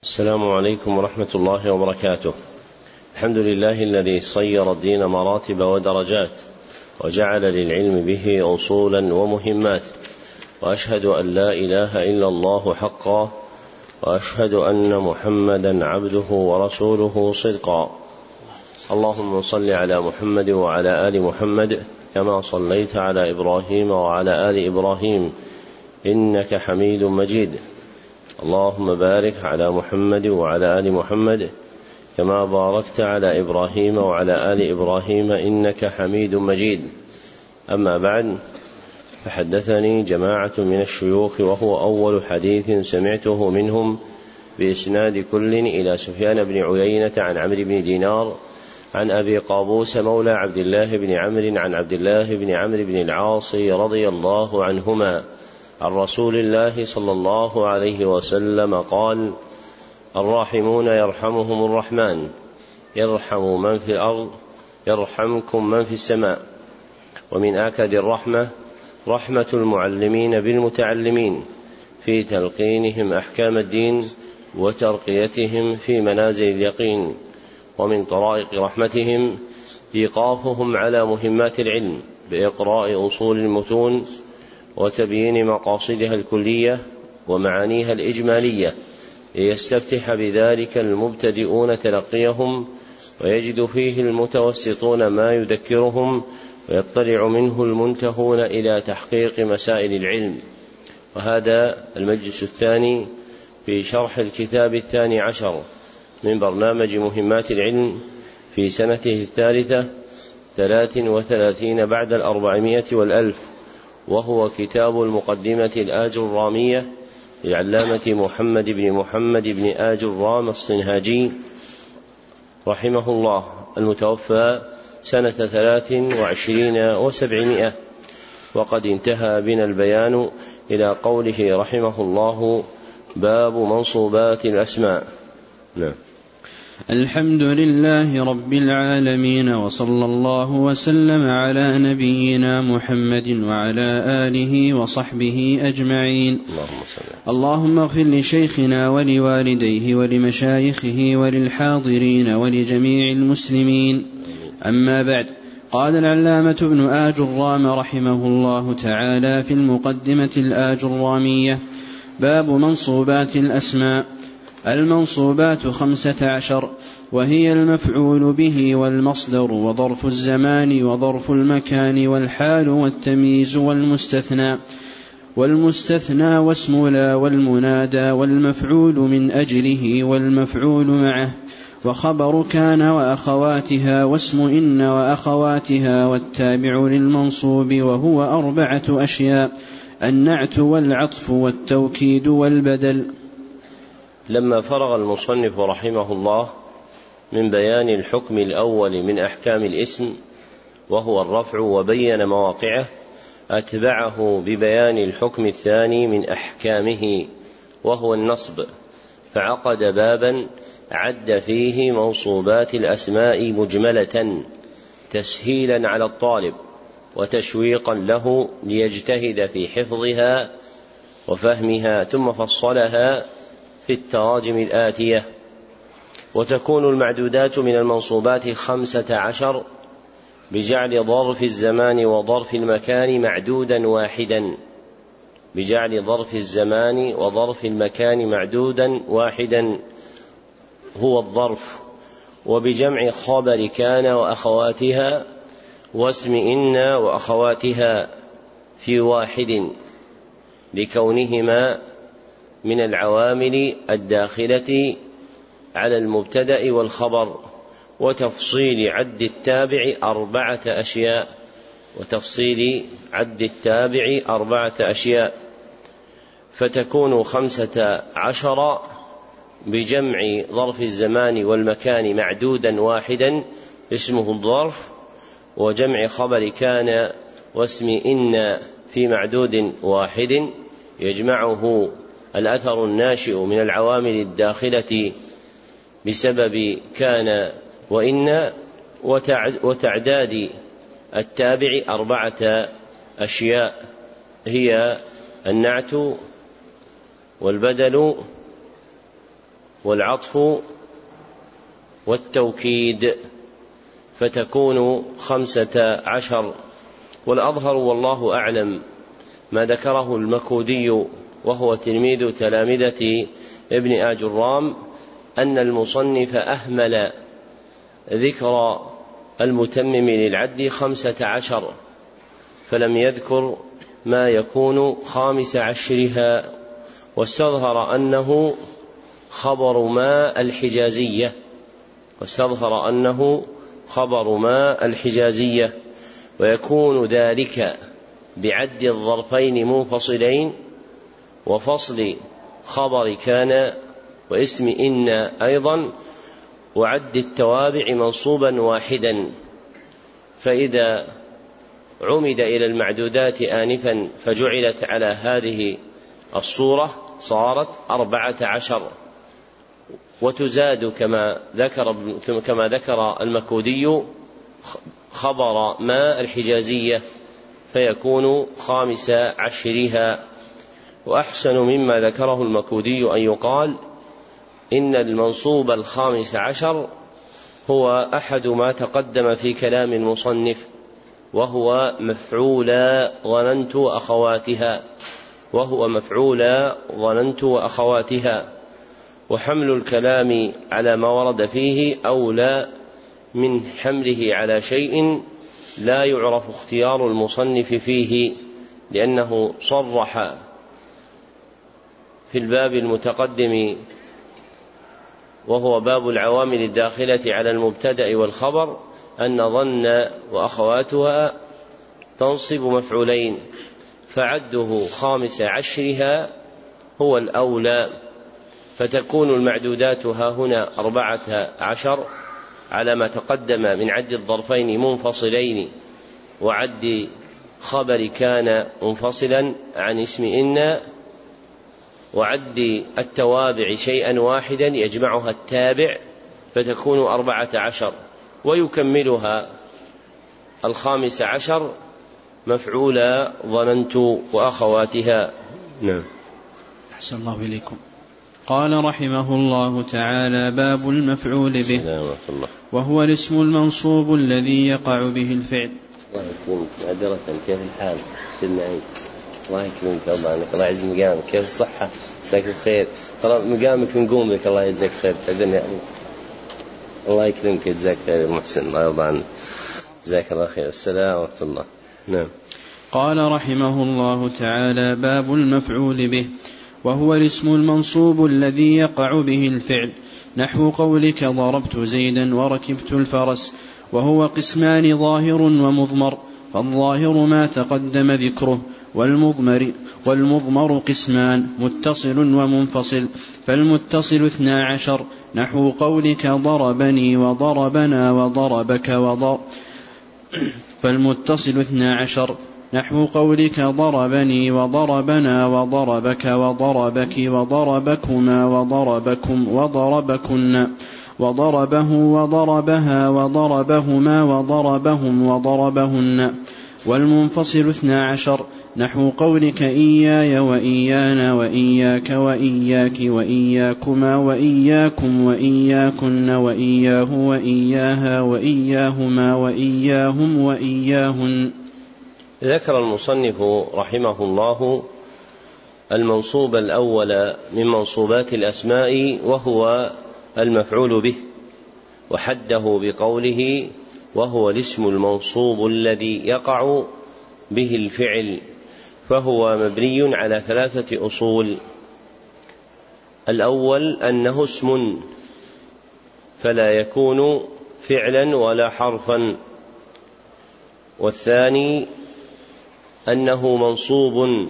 السلام عليكم ورحمة الله وبركاته. الحمد لله الذي صير الدين مراتب ودرجات وجعل للعلم به أصولا ومهمات، وأشهد أن لا إله إلا الله حقا، وأشهد أن محمدا عبده ورسوله صدقا. اللهم صل على محمد وعلى آل محمد كما صليت على إبراهيم وعلى آل إبراهيم إنك حميد مجيد. اللهم بارك على محمد وعلى آل محمد كما باركت على إبراهيم وعلى آل إبراهيم إنك حميد مجيد. أما بعد، فحدثني جماعة من الشيوخ، وهو أول حديث سمعته منهم بإسناد كل إلى سفيان بن عيينة عن عمرو بن دينار عن أبي قابوس مولى عبد الله بن عمرو عن عبد الله بن عمرو بن العاص رضي الله عنهما عن رسول الله صلى الله عليه وسلم قال: الراحمون يرحمهم الرحمن، يرحم من في الأرض يرحمكم من في السماء. ومن آكد الرحمة رحمة المعلمين بالمتعلمين في تلقينهم أحكام الدين وترقيتهم في منازل اليقين. ومن طرائق رحمتهم إيقافهم على مهمات العلم بإقراء أصول المتون وتبيين مقاصدها الكلية ومعانيها الإجمالية، ليستفتح بذلك المبتدئون تلقيهم، ويجد فيه المتوسطون ما يذكرهم، ويطلع منه المنتهون إلى تحقيق مسائل العلم. وهذا المجلس الثاني في شرح الكتاب 12 من برنامج مهمات العلم في سنته 33 بعد 400 والألف، وهو كتاب المقدمة الآجرامية للعلامة محمد بن آجرام الصنهاجي رحمه الله، المتوفى سنة 23 و700. وقد انتهى بنا البيان إلى قوله رحمه الله: باب منصوبات الأسماء. نعم. الحمد لله رب العالمين، وصلى الله وسلم على نبينا محمد وعلى آله وصحبه أجمعين. اللهم اغفر لشيخنا ولوالديه ولمشايخه وللحاضرين ولجميع المسلمين. أما بعد، قال العلامة ابن آجرام رحمه الله تعالى في المقدمة الآجرامية: باب منصوبات الأسماء. المنصوبات 15، وهي المفعول به والمصدر وظرف الزمان وظرف المكان والحال والتمييز والمستثنى واسم لا والمنادى والمفعول من أجله والمفعول معه، وخبر كان وأخواتها واسم إن وأخواتها، والتابع للمنصوب وهو 4 أشياء: النعت والعطف والتوكيد والبدل. لما فرغ المصنف رحمه الله من بيان الحكم الأول من أحكام الاسم وهو الرفع وبين مواقعه، أتبعه ببيان الحكم الثاني من أحكامه وهو النصب، فعقد بابا عد فيه منصوبات الأسماء مجملة تسهيلا على الطالب وتشويقا له ليجتهد في حفظها وفهمها، ثم فصلها في التراجم الآتية. وتكون المعدودات من المنصوبات 15 بجعل ظرف الزمان وظرف المكان معدودا واحدا، بجعل ظرف الزمان وظرف المكان معدودا واحدا هو الظرف، وبجمع خبر كان وأخواتها واسم إن وأخواتها في واحد، لكونهما من العوامل الداخلة على المبتدأ والخبر. وتفصيل عد التابع 4 أشياء، فتكون 15 بجمع ظرف الزمان والمكان معدودا واحدا اسمه الظرف، وجمع خبر كان واسم إن في معدود واحد يجمعه الأثر الناشئ من العوامل الداخلة بسبب كان وإن، وتعداد التابع 4 أشياء هي النعت والبدل والعطف والتوكيد، فتكون 15. والأظهر والله أعلم ما ذكره المكودي وهو تلميذ تلامذة ابن آجرام، أن المصنف أهمل ذكر المتمم للعد 15، فلم يذكر ما يكون 15، واستظهر أنه خبر ما الحجازية، ويكون ذلك بعد الظرفين منفصلين وفصل خبر كان واسم إن أيضا، وعد التوابع منصوبا واحدا. فإذا عمد إلى المعدودات آنفا فجعلت على هذه الصورة صارت 14، وتزاد كما ذكر المكودي خبر ما الحجازية فيكون 15. وأحسن مما ذكره المكودي أن يقال إن المنصوب 15 هو أحد ما تقدم في كلام المصنف، وهو مفعولا ظننت وأخواتها، وحمل الكلام على ما ورد فيه أولى من حمله على شيء لا يعرف اختيار المصنف فيه، لأنه صرح في الباب المتقدم وهو باب العوامل الداخلة على المبتدأ والخبر أن ظن وأخواتها تنصب مفعولين، فعده 15 هو الأولى، فتكون المعدودات هنا 14 على ما تقدم من عد الظرفين منفصلين وعد خبر كان منفصلا عن اسم إن، وعد التوابع شيئا واحدا يجمعها التابع فتكون 14، ويكملها 15 مفعولا ظننت وأخواتها. نعم. أحسن الله إليكم. قال رحمه الله تعالى: باب المفعول به، وهو الاسم المنصوب الذي يقع به الفعل. الله يكرمك معذرة، كيف الحال؟ سيدنا عيد، الله يكرمك الله يعز مقامك، كيف الصحة؟ مساك الخير، ترى مقامك نقوم بك، الله يجزاك خير. الله يكرمك يجزاك خير محسن، الله يرضى عنك، جزاك الله خير. السلام ورحمة الله. نعم. قال رحمه الله تعالى: باب المفعول به، وهو الاسم المنصوب الذي يقع به الفعل، نحو قولك ضربت زيدا وركبت الفرس. وهو قسمان: ظاهر ومضمر، فالظاهر ما تقدم ذكره، والمضمر قسمان: متصل ومنفصل، فالمتصل 12، نحو قولك ضربني وضربنا وضربك فالمتصل 12، نحو قولك ضربني وضربنا وضربك وضربك وضربكما وضربكم وضربكن وضربه وضربها وضربهما وضربهم وضربهن. والمنفصل 12، نحو قولك إياي وإيانا وإياك وإياك وإياكما وإياكم وإياكن وإياه وإياها وإياهما وإياهم وإياهن. ذكر المصنف رحمه الله المنصوب الأول من منصوبات الأسماء وهو المفعول به، وحده بقوله: وهو الاسم المنصوب الذي يقع به الفعل، فهو مبني على 3 أصول. الأول أنه اسم فلا يكون فعلا ولا حرفا، والثاني أنه منصوب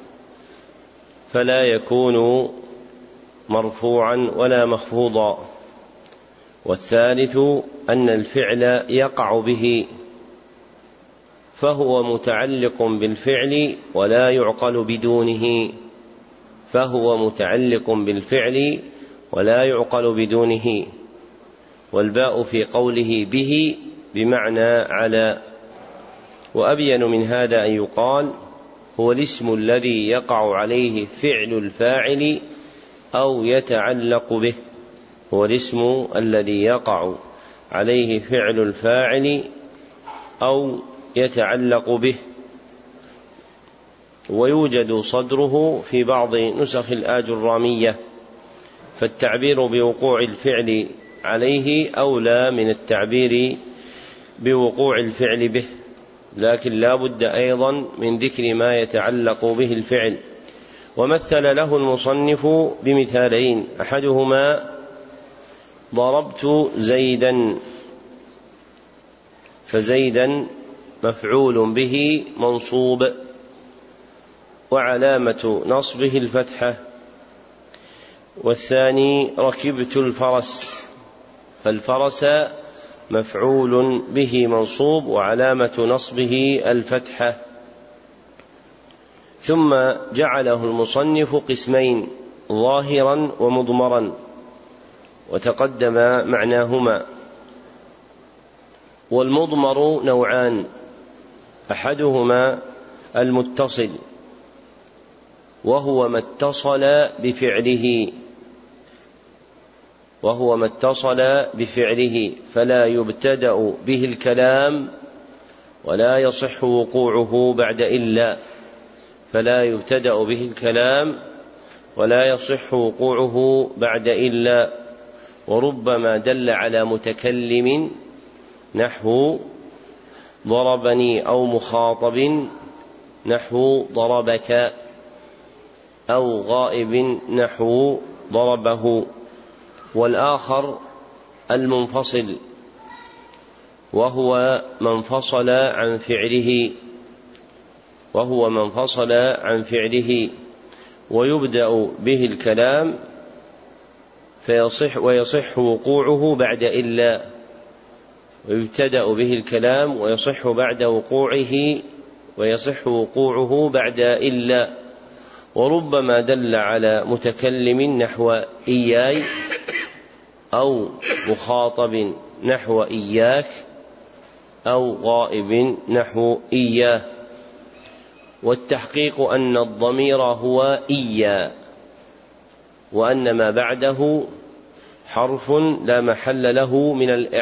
فلا يكون مرفوعا ولا مخفوضا، والثالث أن الفعل يقع به فهو متعلق بالفعل ولا يعقل بدونه، والباء في قوله به بمعنى على. وأبين من هذا أن يقال هو الاسم الذي يقع عليه فعل الفاعل أو يتعلق به، هو الاسم الذي يقع عليه فعل الفاعل أو يتعلق به، ويوجد صدره في بعض نسخ الآجرامية، فالتعبير بوقوع الفعل عليه أولى من التعبير بوقوع الفعل به، لكن لا بد أيضا من ذكر ما يتعلق به الفعل. ومثل له المصنف بمثالين، أحدهما ضربت زيدا، فزيدا مفعول به منصوب وعلامة نصبه الفتحة، والثاني ركبت الفرس، فالفرس مفعول به منصوب وعلامة نصبه الفتحة. ثم جعله المصنف قسمين، ظاهرا ومضمرا، وتقدم معناهما. والمضمر نوعان، أحدهما المتصل، وهو ما اتصل بفعله فلا يبتدأ به الكلام ولا يصح وقوعه بعد إلا، فلا يبتدأ به الكلام ولا يصح وقوعه بعد إلا. وربما دل على متكلم نحو ضربني، أو مخاطب نحو ضربك، أو غائب نحو ضربه. والآخر المنفصل، وهو من فصل عن فعله ويبدأ به الكلام ويصح وقوعه بعد إلا، ويبتدأ به الكلام ويصح وقوعه بعد إلا. وربما دل على متكلم نحو إياي، أو مخاطب نحو إياك، أو غائب نحو إياه. والتحقيق أن الضمير هو إيا، وأن ما بعده حرف لا محل له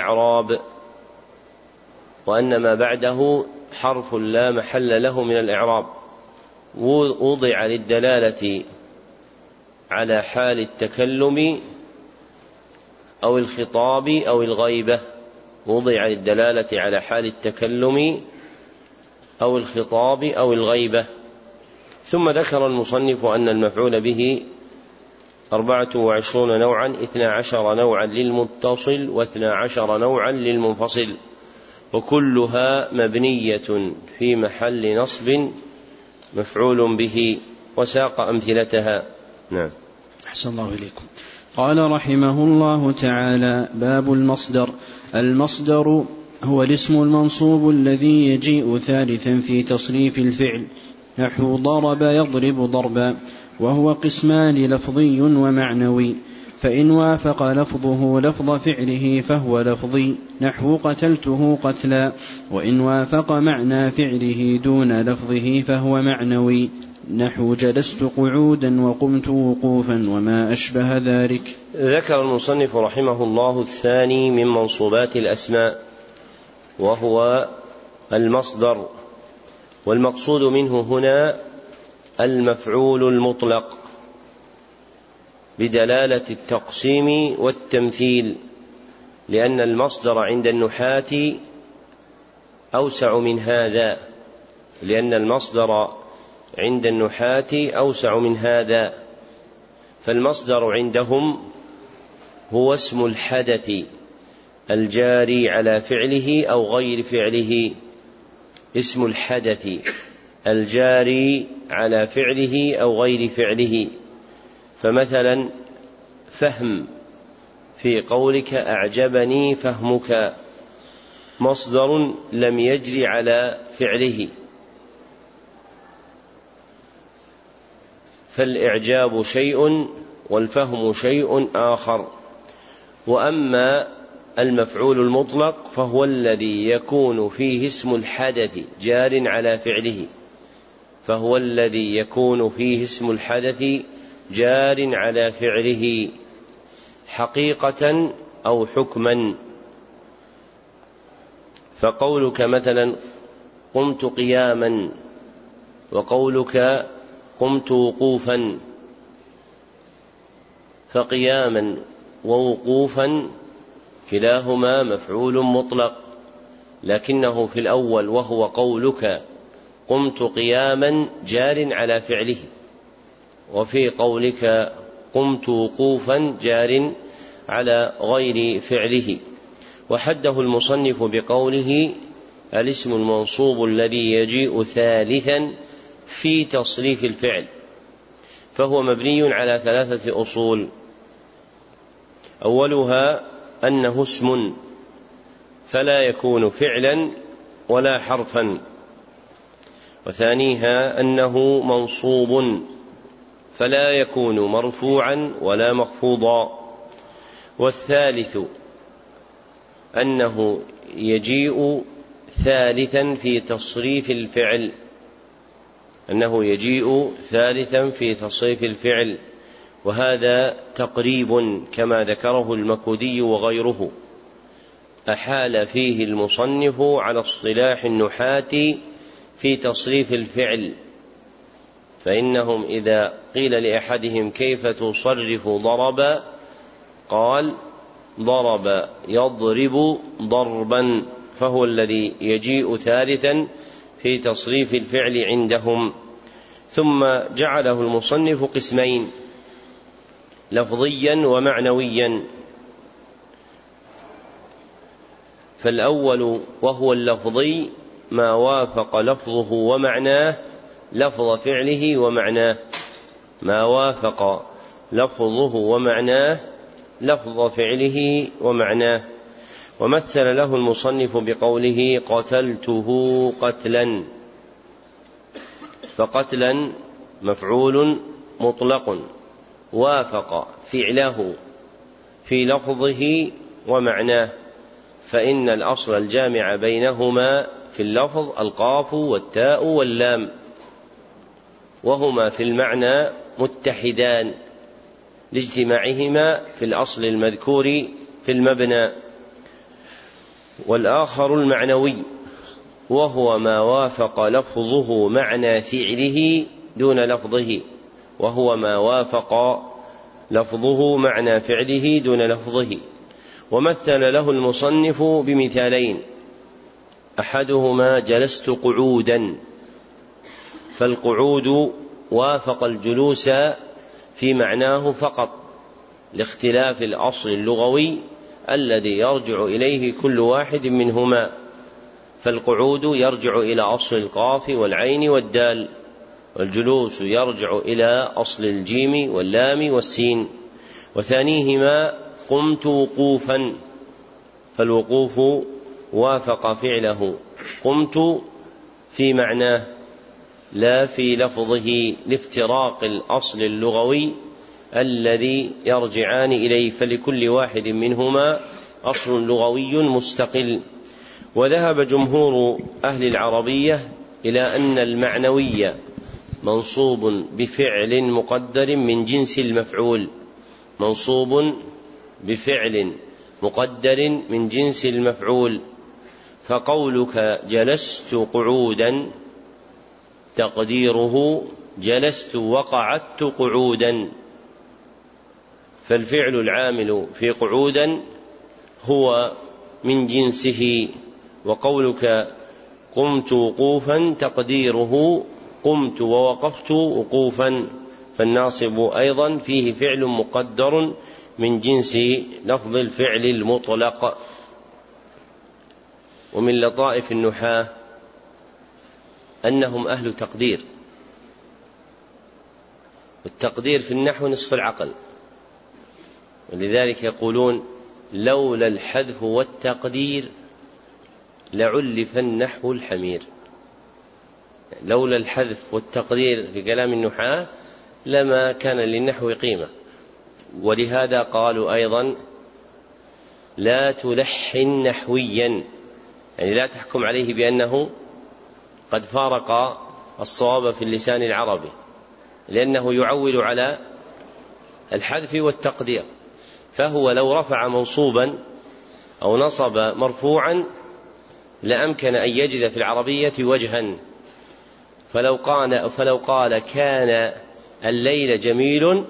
من الإعراب، وضع للدلالة على حال التكلم أو الخطاب أو الغيبة، ثم ذكر المصنف أن المفعول به 24 نوعا، 12 نوعا للمتصل و12 نوعا للمنفصل، وكلها مبنية في محل نصب مفعول به، وساق أمثلتها. نعم. أحسن الله إليكم. قال رحمه الله تعالى: باب المصدر. المصدر هو الاسم المنصوب الذي يجيء ثالثا في تصريف الفعل، نحو ضرب يضرب ضربا، وهو قسمان، لفظي ومعنوي. فإن وافق لفظه لفظ فعله فهو لفظي، نحو قتلته قتلا، وإن وافق معنى فعله دون لفظه فهو معنوي، نحو جلست قعودا وقمت وقوفا وما أشبه ذلك. ذكر المصنف رحمه الله الثاني من منصوبات الأسماء، وهو المصدر، والمقصود منه هنا المفعول المطلق بدلالة التقسيم والتمثيل، لأن المصدر عند النحاة أوسع من هذا، فالمصدر عندهم هو اسم الحدث الجاري على فعله أو غير فعله، اسم الحدث الجاري على فعله أو غير فعله. فمثلا فهم في قولك أعجبني فهمك، مصدر لم يجري على فعله، فالإعجاب شيء والفهم شيء آخر. وأما المفعول المطلق فهو الذي يكون فيه اسم الحدث جار على فعله، حقيقة أو حكما. فقولك مثلا قمت قياما، وقولك قمت وقوفا، فقياما ووقوفا كلاهما مفعول مطلق، لكنه في الأول وهو قولك قمت قياما جار على فعله، وفي قولك قمت وقوفا جار على غير فعله. وحده المصنف بقوله الاسم المنصوب الذي يجيء ثالثا في تصريف الفعل، فهو مبني على 3 أصول. أولها أنه اسم فلا يكون فعلا ولا حرفا، وثانيها أنه منصوب فلا يكون مرفوعا ولا مخفوضا، والثالث أنه يجيء ثالثا في تصريف الفعل، وهذا تقريب كما ذكره المكودي وغيره، أحال فيه المصنف على اصطلاح النحاة في تصريف الفعل، فإنهم إذا قيل لأحدهم كيف تصرف ضرب قال ضرب يضرب ضربا، فهو الذي يجيء ثالثا في تصريف الفعل عندهم. ثم جعله المصنف قسمين، لفظيا ومعنويا. فالأول وهو اللفظي ما وافق لفظه ومعناه لفظ فعله ومعناه، ما وافق لفظه ومعناه لفظ فعله ومعناه. ومثل له المصنف بقوله قتلته قتلا، فقتلا مفعول مطلق وافق فعله في لفظه ومعناه، فإن الأصل الجامع بينهما في اللفظ القاف والتاء واللام، وهما في المعنى متحدان لاجتماعهما في الأصل المذكور في المبنى. والآخر المعنوي وهو ما وافق لفظه معنى فعله دون لفظه، ومثل له المصنف بمثالين، أحدهما جلست قعودا، فالقعود وافق الجلوس في معناه فقط لاختلاف الأصل اللغوي الذي يرجع إليه كل واحد منهما، فالقعود يرجع إلى أصل القاف والعين والدال، والجلوس يرجع إلى أصل الجيم واللام والسين. وثانيهما قمت وقوفا، فالوقوف وافق فعله قمت في معناه لا في لفظه لافتراق الأصل اللغوي الذي يرجعان إليه، فلكل واحد منهما أصل لغوي مستقل. وذهب جمهور أهل العربية إلى أن المعنوي منصوب بفعل مقدر من جنس المفعول، فقولك جلست قعودا تقديره جلست وقعدت قعودا، فالفعل العامل في قعودا هو من جنسه. وقولك قمت وقوفا تقديره قمت ووقفت وقوفا، فالناصب أيضا فيه فعل مقدر من جنس لفظ الفعل المطلق. ومن لطائف النحاة أنهم أهل تقدير، والتقدير في النحو نصف العقل، ولذلك يقولون لولا الحذف والتقدير لعلف النحو الحمير. لولا الحذف والتقدير في كلام النحاة لما كان للنحو قيمة. ولهذا قالوا أيضا لا تلحن نحويا، يعني لا تحكم عليه بأنه قد فارق الصواب في اللسان العربي، لأنه يعول على الحذف والتقدير، فهو لو رفع منصوبا أو نصب مرفوعا لأمكن أن يجد في العربية وجها، فلو قال كان الليل جميل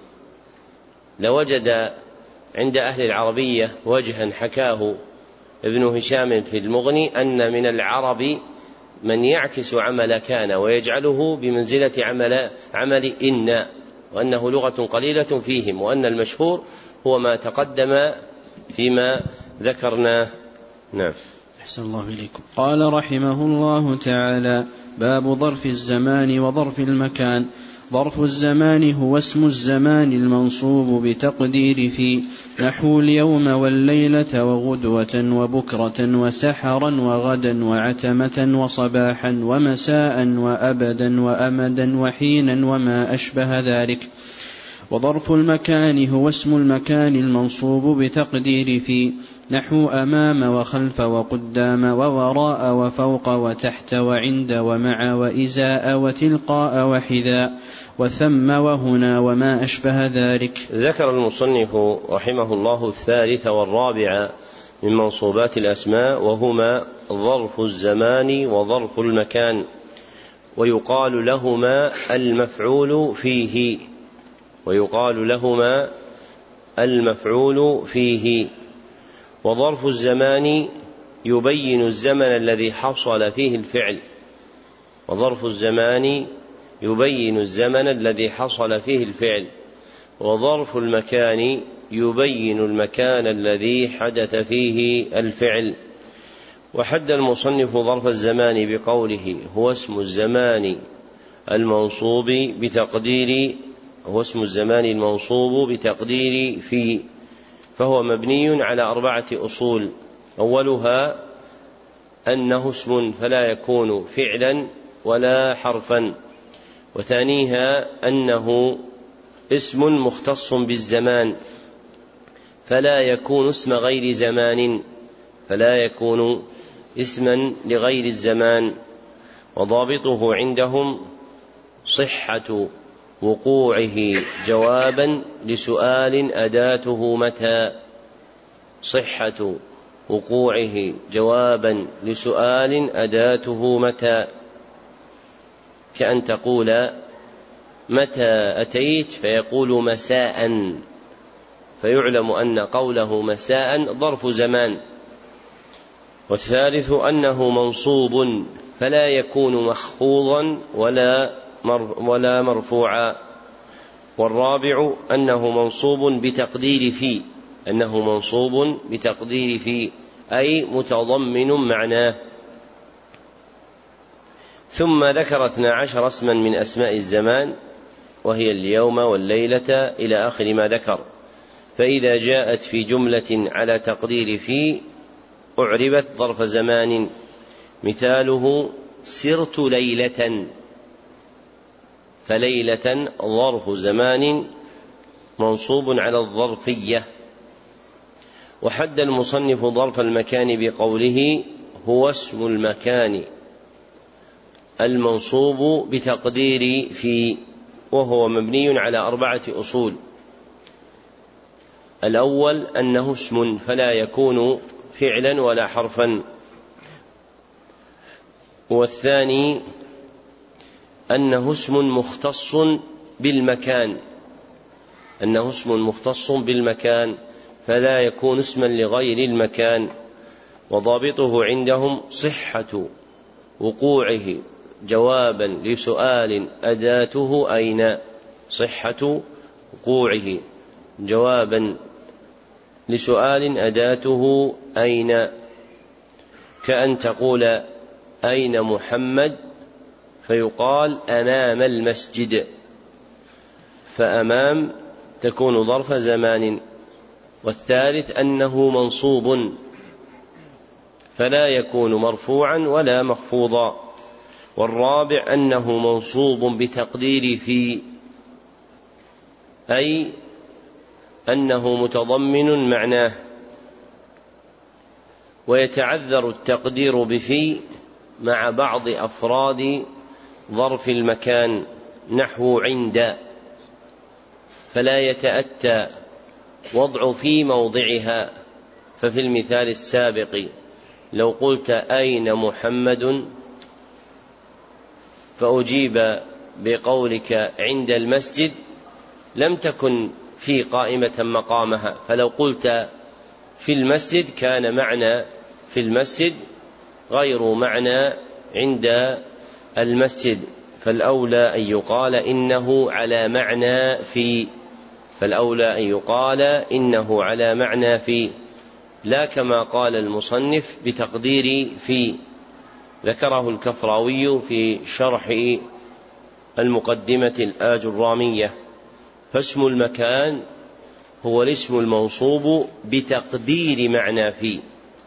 لوجد عند أهل العربية وجها حكاه ابن هشام في المغني أن من العرب من يعكس عمل كان ويجعله بمنزلة عمل إن، وأنه لغة قليلة فيهم، وأن المشهور هو ما تقدم فيما ذكرناه. نعم. أحسن الله إليكم. قال رحمه الله تعالى: باب ظرف الزمان وظرف المكان. ظرف الزمان هو اسم الزمان المنصوب بتقدير في، نحو اليوم والليلة وغدوة وبكرة وسحرا وغدا وعتمة وصباحا ومساء وأبدا وأمدا وحينا وما أشبه ذلك. وظرف المكان هو اسم المكان المنصوب بتقدير في، نحو أمام وخلف وقدام ووراء وفوق وتحت وعند ومع وإزاء وتلقاء وحذاء وثم وهنا وما أشبه ذلك. ذكر المصنف رحمه الله الثالث والرابع من منصوبات الأسماء، وهما ظرف الزمان وظرف المكان، ويقال لهما المفعول فيه، ويقال لهما المفعول فيه. وظرف الزمان يبين الزمن الذي حصل فيه الفعل، وظرف الزمان يبين الزمن الذي حصل فيه الفعل. وظرف المكان يبين المكان الذي حدث فيه الفعل. وحد المصنف ظرف الزمان بقوله هو اسم الزمان المنصوب بتقدير في، فهو مبني على 4 أصول: أولها أنه اسم فلا يكون فعلا ولا حرفا، وثانيها أنه اسم مختص بالزمان فلا يكون اسم غير زمان، فلا يكون اسما لغير الزمان. وضابطه عندهم صحة وقوعه جوابا لسؤال أداته متى، صحة وقوعه جوابا لسؤال أداته متى، كأن تقول متى أتيت فيقول مساء، فيعلم أن قوله مساء ظرف زمان. والثالث أنه منصوب فلا يكون مخفوضا ولا مرفوعا. والرابع أنه منصوب بتقدير في، أي متضمن معناه. ثم ذكر 12 اسما من أسماء الزمان، وهي اليوم والليلة إلى آخر ما ذكر. فإذا جاءت في جملة على تقدير في أعربت ظرف زمان. مثاله سرت ليلة، فليلة ظرف زمان منصوب على الظرفية. وحد المصنف ظرف المكان بقوله هو اسم المكان المنصوب بتقدير في، وهو مبني على 4 أصول: الأول أنه اسم فلا يكون فعلا ولا حرفا، والثاني أنه اسم مختص بالمكان فلا يكون اسما لغير المكان. وضابطه عندهم صحة وقوعه جوابا لسؤال أداته أين، صحة وقوعه جوابا لسؤال أداته أين، كأن تقول أين محمد فيقال أمام المسجد، فأمام تكون ظرف زمان. والثالث أنه منصوب فلا يكون مرفوعا ولا مخفوضا. والرابع أنه منصوب بتقدير في، أي أنه متضمن معناه. ويتعذر التقدير بفي مع بعض أفراد ظرف المكان، نحو عند، فلا يتأتى وضع في موضعها. ففي المثال السابق لو قلت أين محمد فأجيب بقولك عند المسجد لم تكن في قائمة مقامها، فلو قلت في المسجد كان معنى في المسجد غير معنى عند المسجد، فالأولى أن يقال إنه على معنى في، فالأولى أن يقال إنه على معنى في، لا كما قال المصنف بتقدير في. ذكره الكفراوي في شرح المقدمة الآجرامية. فاسم المكان هو الاسم المنصوب بتقدير معنى في،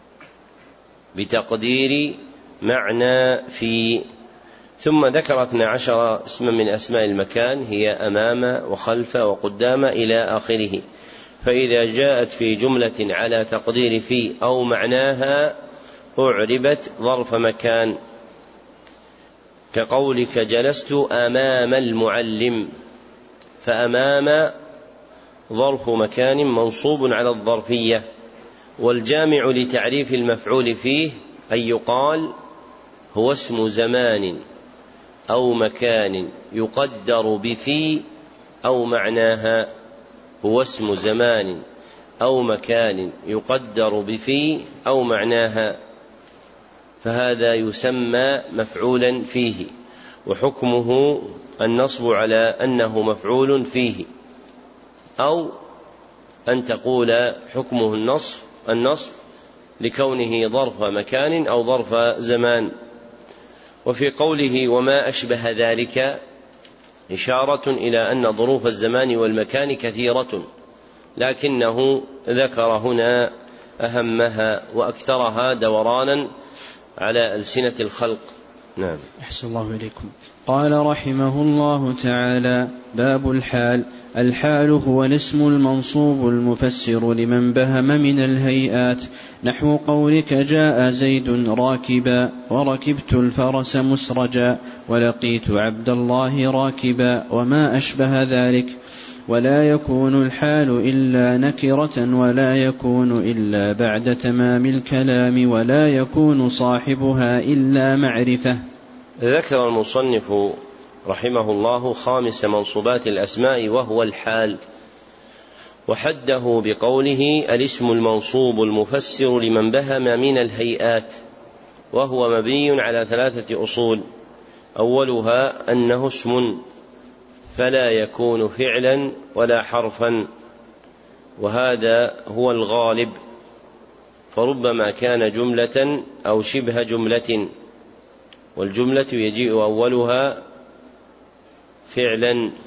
بتقدير معنى في. ثم ذكر 12 اسما من أسماء المكان، هي أمام وخلف وقدام إلى آخره. فإذا جاءت في جملة على تقدير في أو معناها أعربت ظرف مكان، كقولك جلست أمام المعلم، فأمام ظرف مكان منصوب على الظرفية. والجامع لتعريف المفعول فيه أن يقال هو اسم زمان أو مكان يقدر بفي أو معناها، هو اسم زمان أو مكان يقدر بفي أو معناها، فهذا يسمى مفعولا فيه، وحكمه النصب على أنه مفعول فيه، أو أن تقول حكمه النصب لكونه ظرف مكان أو ظرف زمان. وفي قوله وما أشبه ذلك إشارة إلى أن ظروف الزمان والمكان كثيرة، لكنه ذكر هنا أهمها وأكثرها دورانا على ألسنة الخلق. نعم. أحسن الله إليكم. قال رحمه الله تعالى: باب الحال. الحال هو الاسم المنصوب المفسر لمن بهم من الهيئات، نحو قولك جاء زيد راكبا، وركبت الفرس مسرجا، ولقيت عبد الله راكبا، وما أشبه ذلك. ولا يكون الحال إلا نكرة، ولا يكون إلا بعد تمام الكلام، ولا يكون صاحبها إلا معرفة. ذكر المصنف رحمه الله خامس منصوبات الأسماء وهو الحال، وحده بقوله الاسم المنصوب المفسر لمن بهم من الهيئات، وهو مبني على 3 أصول. أولها أنه اسم فلا يكون فعلا ولا حرفا، وهذا هو الغالب، فربما كان جملة أو شبه جملة، والجملة يجيء أولها فعلا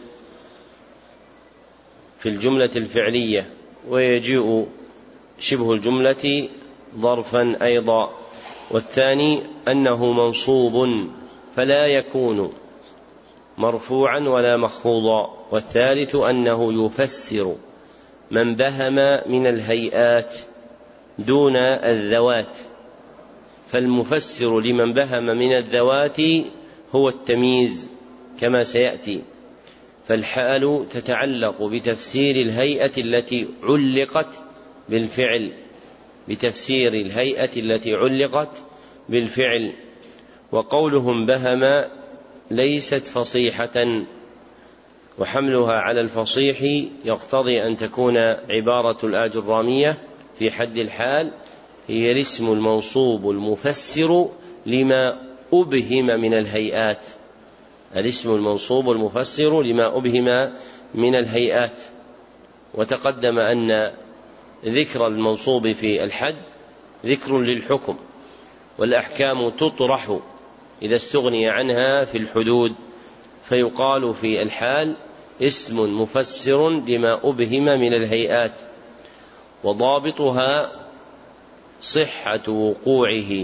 في الجملة الفعلية، ويجيء شبه الجملة ظرفا أيضا. والثاني أنه منصوب فلا يكون مرفوعا ولا مخفوضا. والثالث أنه يفسر من بهم من الهيئات دون الذوات، فالمفسر لمن بهم من الذوات هو التمييز كما سيأتي. فالحال تتعلق بتفسير الهيئة التي علقت بالفعل، بتفسير الهيئة التي علقت بالفعل. وقولهم بهم ليست فصيحة، وحملها على الفصيح يقتضي أن تكون عبارة الآجرامية في حد الحال هي الاسم المنصوب المفسر لما أبهم من الهيئات، الاسم المنصوب المفسر لما أبهم من الهيئات. وتقدم أن ذكر المنصوب في الحد ذكر للحكم، والأحكام تطرح إذا استغني عنها في الحدود، فيقال في الحال اسم مفسر لما أبهم من الهيئات، وضابطها صحة وقوعه،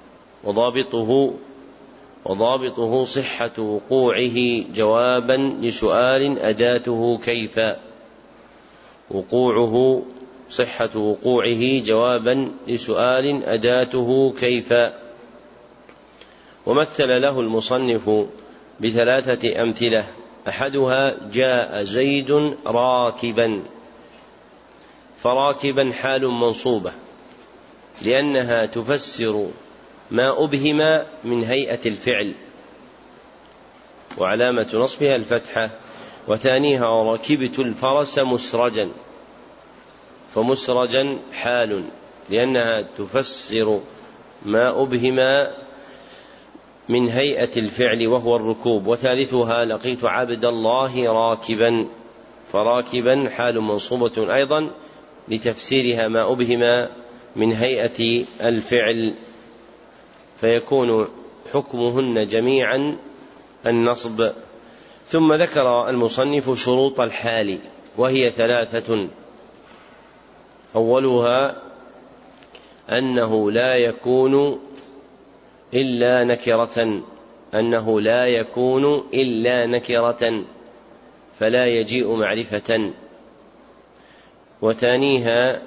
وضابطه صحة وقوعه جوابا لسؤال أداته كيف، وقوعه صحة وقوعه جوابا لسؤال أداته كيف. ومثل له المصنف ب3 أمثلة، أحدها جاء زيد راكبا، فراكبا حال منصوبة، لأنها تفسر ما أبهم من هيئة الفعل، وعلامة نصبها الفتحة. وثانيها ركبت الفرس مسرجا، فمسرجا حال، لأنها تفسر ما أبهم من هيئة الفعل وهو الركوب. وثالثها لقيت عبد الله راكبا، فراكبا حال منصوبة أيضا لتفسيرها ما أبهم من هيئة الفعل، فيكون حكمهن جميعا النصب. ثم ذكر المصنف شروط الحال، وهي 3: أولها أنه لا يكون إلا نكرة، أنه لا يكون إلا نكرة فلا يجيء معرفة. وثانيها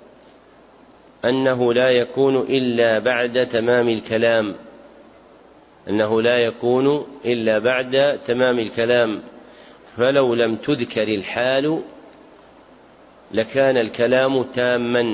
أنه لا يكون إلا بعد تمام الكلام، أنه لا يكون إلا بعد تمام الكلام، فلو لم تذكر الحال لكان الكلام تاما.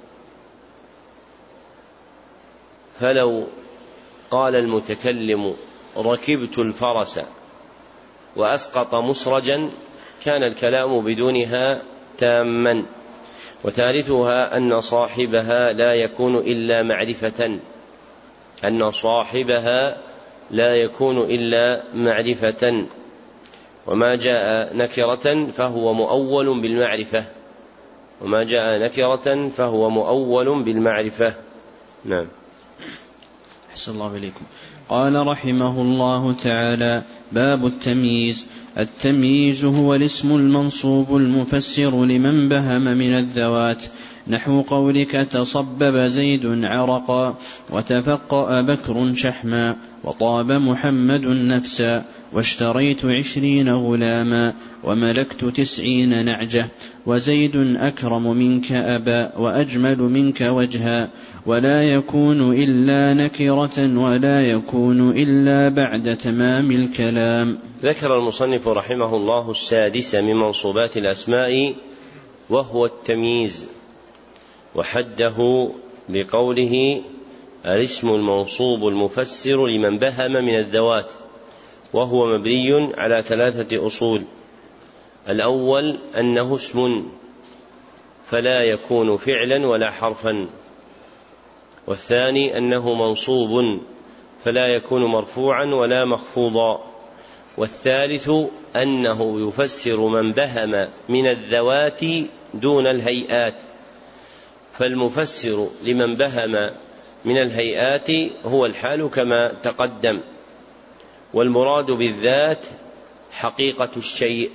فلو قال المتكلم ركبت الفرس وأسقط مسرجا كان الكلام بدونها تاما. وثالثها أن صاحبها لا يكون إلا معرفة، أن صاحبها لا يكون إلا معرفة، وما جاء نكرة فهو مؤول بالمعرفة، وما جاء نكرة فهو مؤول بالمعرفة. نعم. أحسن الله إليكم. قال رحمه الله تعالى: باب التمييز. التمييز هو الاسم المنصوب المفسر لمن بهم من الذوات، نحو قولك تصبب زيد عرقا، وتفقأ بكر شحما، وطاب محمد نفسا، واشتريت 20 غلاما، وملكت 90 نعجة، وزيد أكرم منك أبا، وأجمل منك وجها. ولا يكون إلا نكرة، ولا يكون إلا بعد تمام الكلام. ذكر المصنف رحمه الله السادس من منصوبات الأسماء، وهو التمييز، وحده بقوله الاسم المنصوب المفسر لمن بهم من الذوات، وهو مبني على 3 أصول. الأول أنه اسم فلا يكون فعلا ولا حرفا، والثاني أنه منصوب فلا يكون مرفوعا ولا مخفوضا، والثالث أنه يفسر من بهم من الذوات دون الهيئات، فالمفسر لمن بهم من الهيئات هو الحال كما تقدم، والمراد بالذات حقيقة الشيء،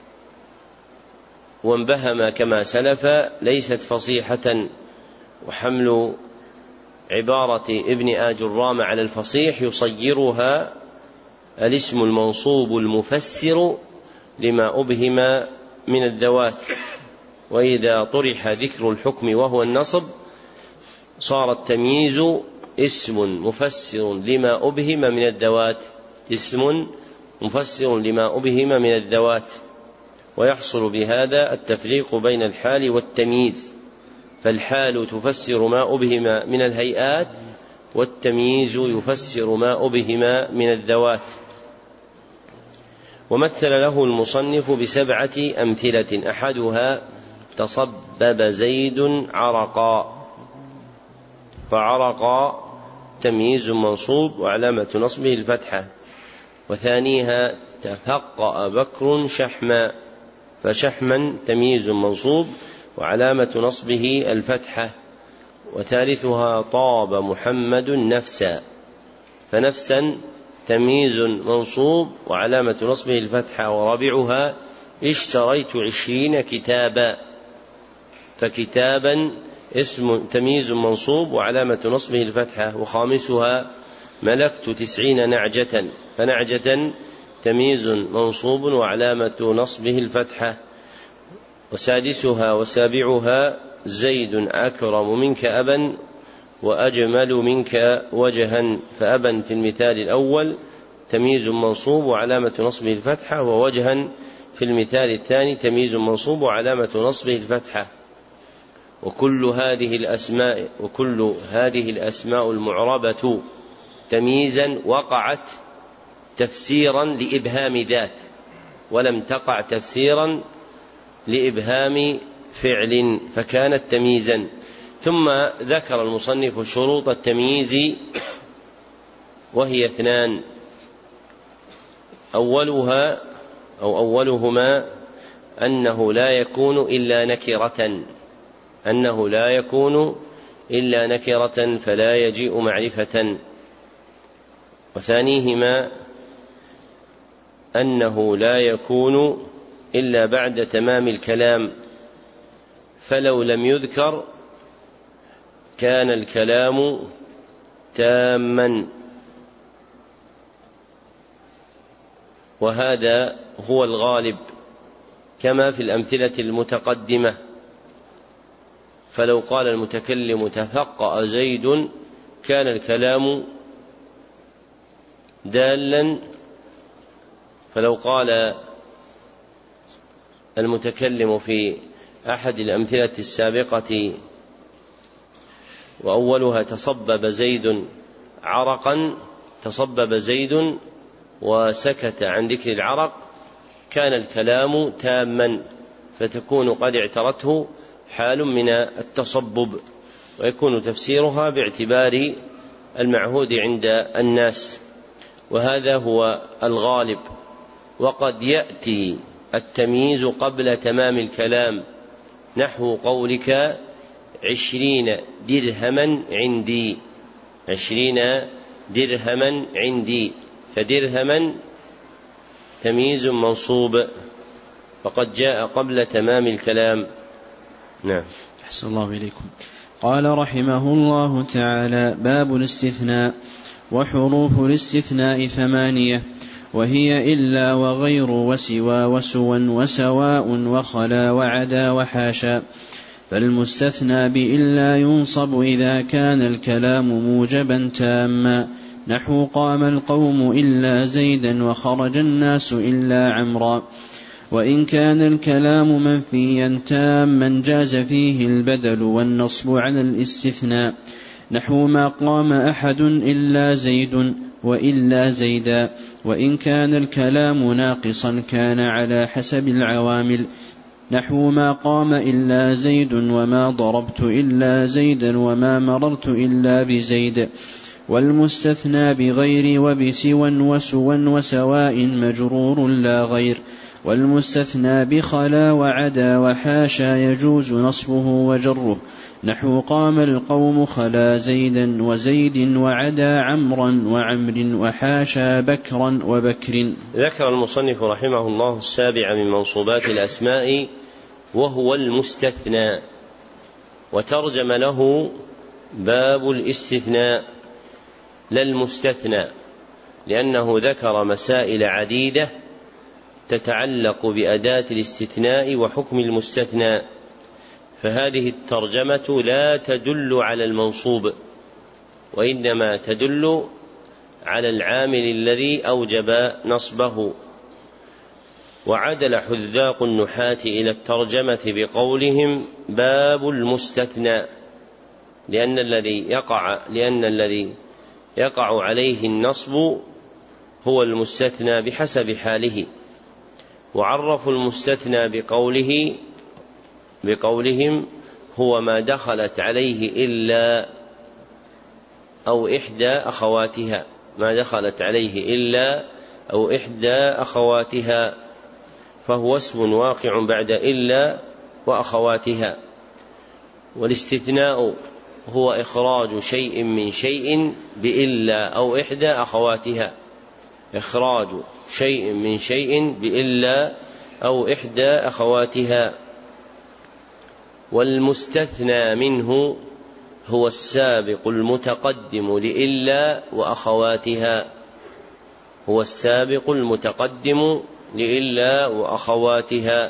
وانبهم كما سلف ليست فصيحة. وحمل عبارة ابن آجرام على الفصيح يصيرها الاسم المنصوب المفسر لما أبهم من الذوات، وإذا طرح ذكر الحكم وهو النصب صار التمييز اسم مفسر لما أبهم من الذوات، اسم مفسر لما أبهم من الذوات. ويحصل بهذا التفريق بين الحال والتمييز، فالحال تفسر ما أبهم من الهيئات، والتمييز يفسر ما أبهم من الذوات. ومثل له المصنف ب7 أمثلة، أحدها تصبب زيد عرقا، فعرقا تمييز منصوب وعلامة نصبه الفتحة. وثانيها تفقأ بكر شحما، فشحما تمييز منصوب وعلامة نصبه الفتحة. وثالثها طاب محمد نفسا، فنفسا تمييز منصوب وعلامة نصبه الفتحة. ورابعها اشتريت 20 كتابا، فكتابا اسم تمييز منصوب وعلامة نصبه الفتحة. وخامسها ملكت 90 نعجة، فنعجة تمييز منصوب وعلامة نصبه الفتحة. وسادسها وسابعها زيد أكرم منك أبا، وأجمل منك وجها، فأبا في المثال الأول تمييز منصوب وعلامة نصبه الفتحة، ووجها في المثال الثاني تمييز منصوب وعلامة نصبه الفتحة. وكل هذه الأسماء المعربة تمييزا وقعت تفسيرا لإبهام ذات، ولم تقع تفسيرا لإبهام فعل، فكانت تمييزا. ثم ذكر المصنف شروط التمييز وهي 2: أولهما أنه لا يكون إلا نكرة فلا يجيء معرفة. وثانيهما أنه لا يكون إلا بعد تمام الكلام، فلو لم يذكر كان الكلام تاما. وهذا هو الغالب كما في الأمثلة المتقدمة. فلو قال المتكلم تفقأ زيد كان الكلام دالا، فلو قال المتكلم في أحد الأمثلة السابقة وأولها تصبب زيد عرقا، تصبب زيد وسكت عن ذكر العرق، كان الكلام تاما، فتكون قد اعترته حال من التصبب، ويكون تفسيرها باعتبار المعهود عند الناس، وهذا هو الغالب. وقد يأتي التمييز قبل تمام الكلام، نحو قولك 20 درهما عندي، 20 درهما عندي، فدرهما تمييز منصوب وقد جاء قبل تمام الكلام. نعم. أحسن الله إليكم. قال رحمه الله تعالى: باب الاستثناء. وحروف الاستثناء 8، وهي إلا وغير وسوى وسوا وسواء وخلا وعدا وحاشا. فالمستثنى بإلا ينصب إذا كان الكلام موجبا تاما، نحو قام القوم إلا زيدا وخرج الناس إلا عمرا. وإن كان الكلام منفيا تاما جاز فيه البدل والنصب على الاستثناء، نحو ما قام أحد إلا زيد وإلا زيدا. وإن كان الكلام ناقصا كان على حسب العوامل، نحو ما قام إلا زيد وما ضربت إلا زيدا وما مررت إلا بزيد. والمستثنى بغير وبسوا وسوا وسواء مجرور لا غير. والمستثنى بخلا وعدا وحاشا يجوز نصبه وجره، نحو قام القوم خلا زيدا وزيد وعدا عمرا وعمر وحاشا بكرا وبكر. ذكر المصنف رحمه الله السابع من منصوبات الأسماء وهو المستثنى، وترجم له باب الاستثناء لا المستثنى، لأنه ذكر مسائل عديدة تتعلق بأداة الاستثناء وحكم المستثنى، فهذه الترجمة لا تدل على المنصوب، وإنما تدل على العامل الذي أوجب نصبه. وعدل حذاق النحاة إلى الترجمة بقولهم باب المستثنى، لأن الذي يقع عليه النصب هو المستثنى بحسب حاله. وعرفوا المستثنى بقولهم هو ما دخلت عليه إلا أو إحدى أخواتها، ما دخلت عليه إلا أو إحدى أخواتها، فهو اسم واقع بعد إلا وأخواتها. والاستثناء هو إخراج شيء من شيء بإلا أو إحدى أخواتها، إخراج شيء من شيء بإلا أو إحدى أخواتها. والمستثنى منه هو السابق المتقدم لإلا وأخواتها، هو السابق المتقدم لإلا وأخواتها.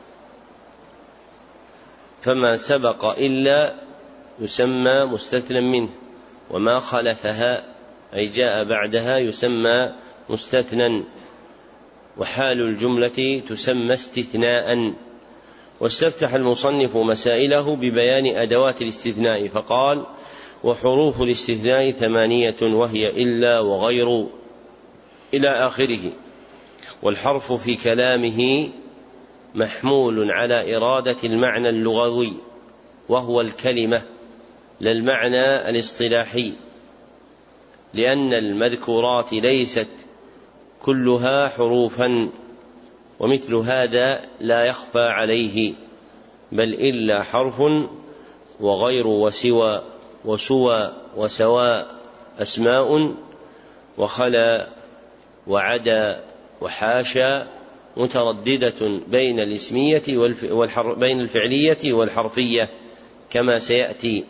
فما سبق إلا يسمى مستثنى منه، وما خلفها أي جاء بعدها يسمى مستثنى. وحال الجملة تسمى استثناء، واستفتح المصنف مسائله ببيان أدوات الاستثناء فقال: وحروف الاستثناء 8 وهي إلا وغير إلى آخره. والحرف في كلامه محمول على إرادة المعنى اللغوي وهو الكلمة لا المعنى الاصطلاحي، لأن المذكورات ليست كلها حروفا، ومثل هذا لا يخفى عليه، بل إلا حرف وغير وسوى وسوى وسواء أسماء وخلا وعدا وحاشا مترددة بين الاسمية بين الفعلية والحرفية كما سيأتي.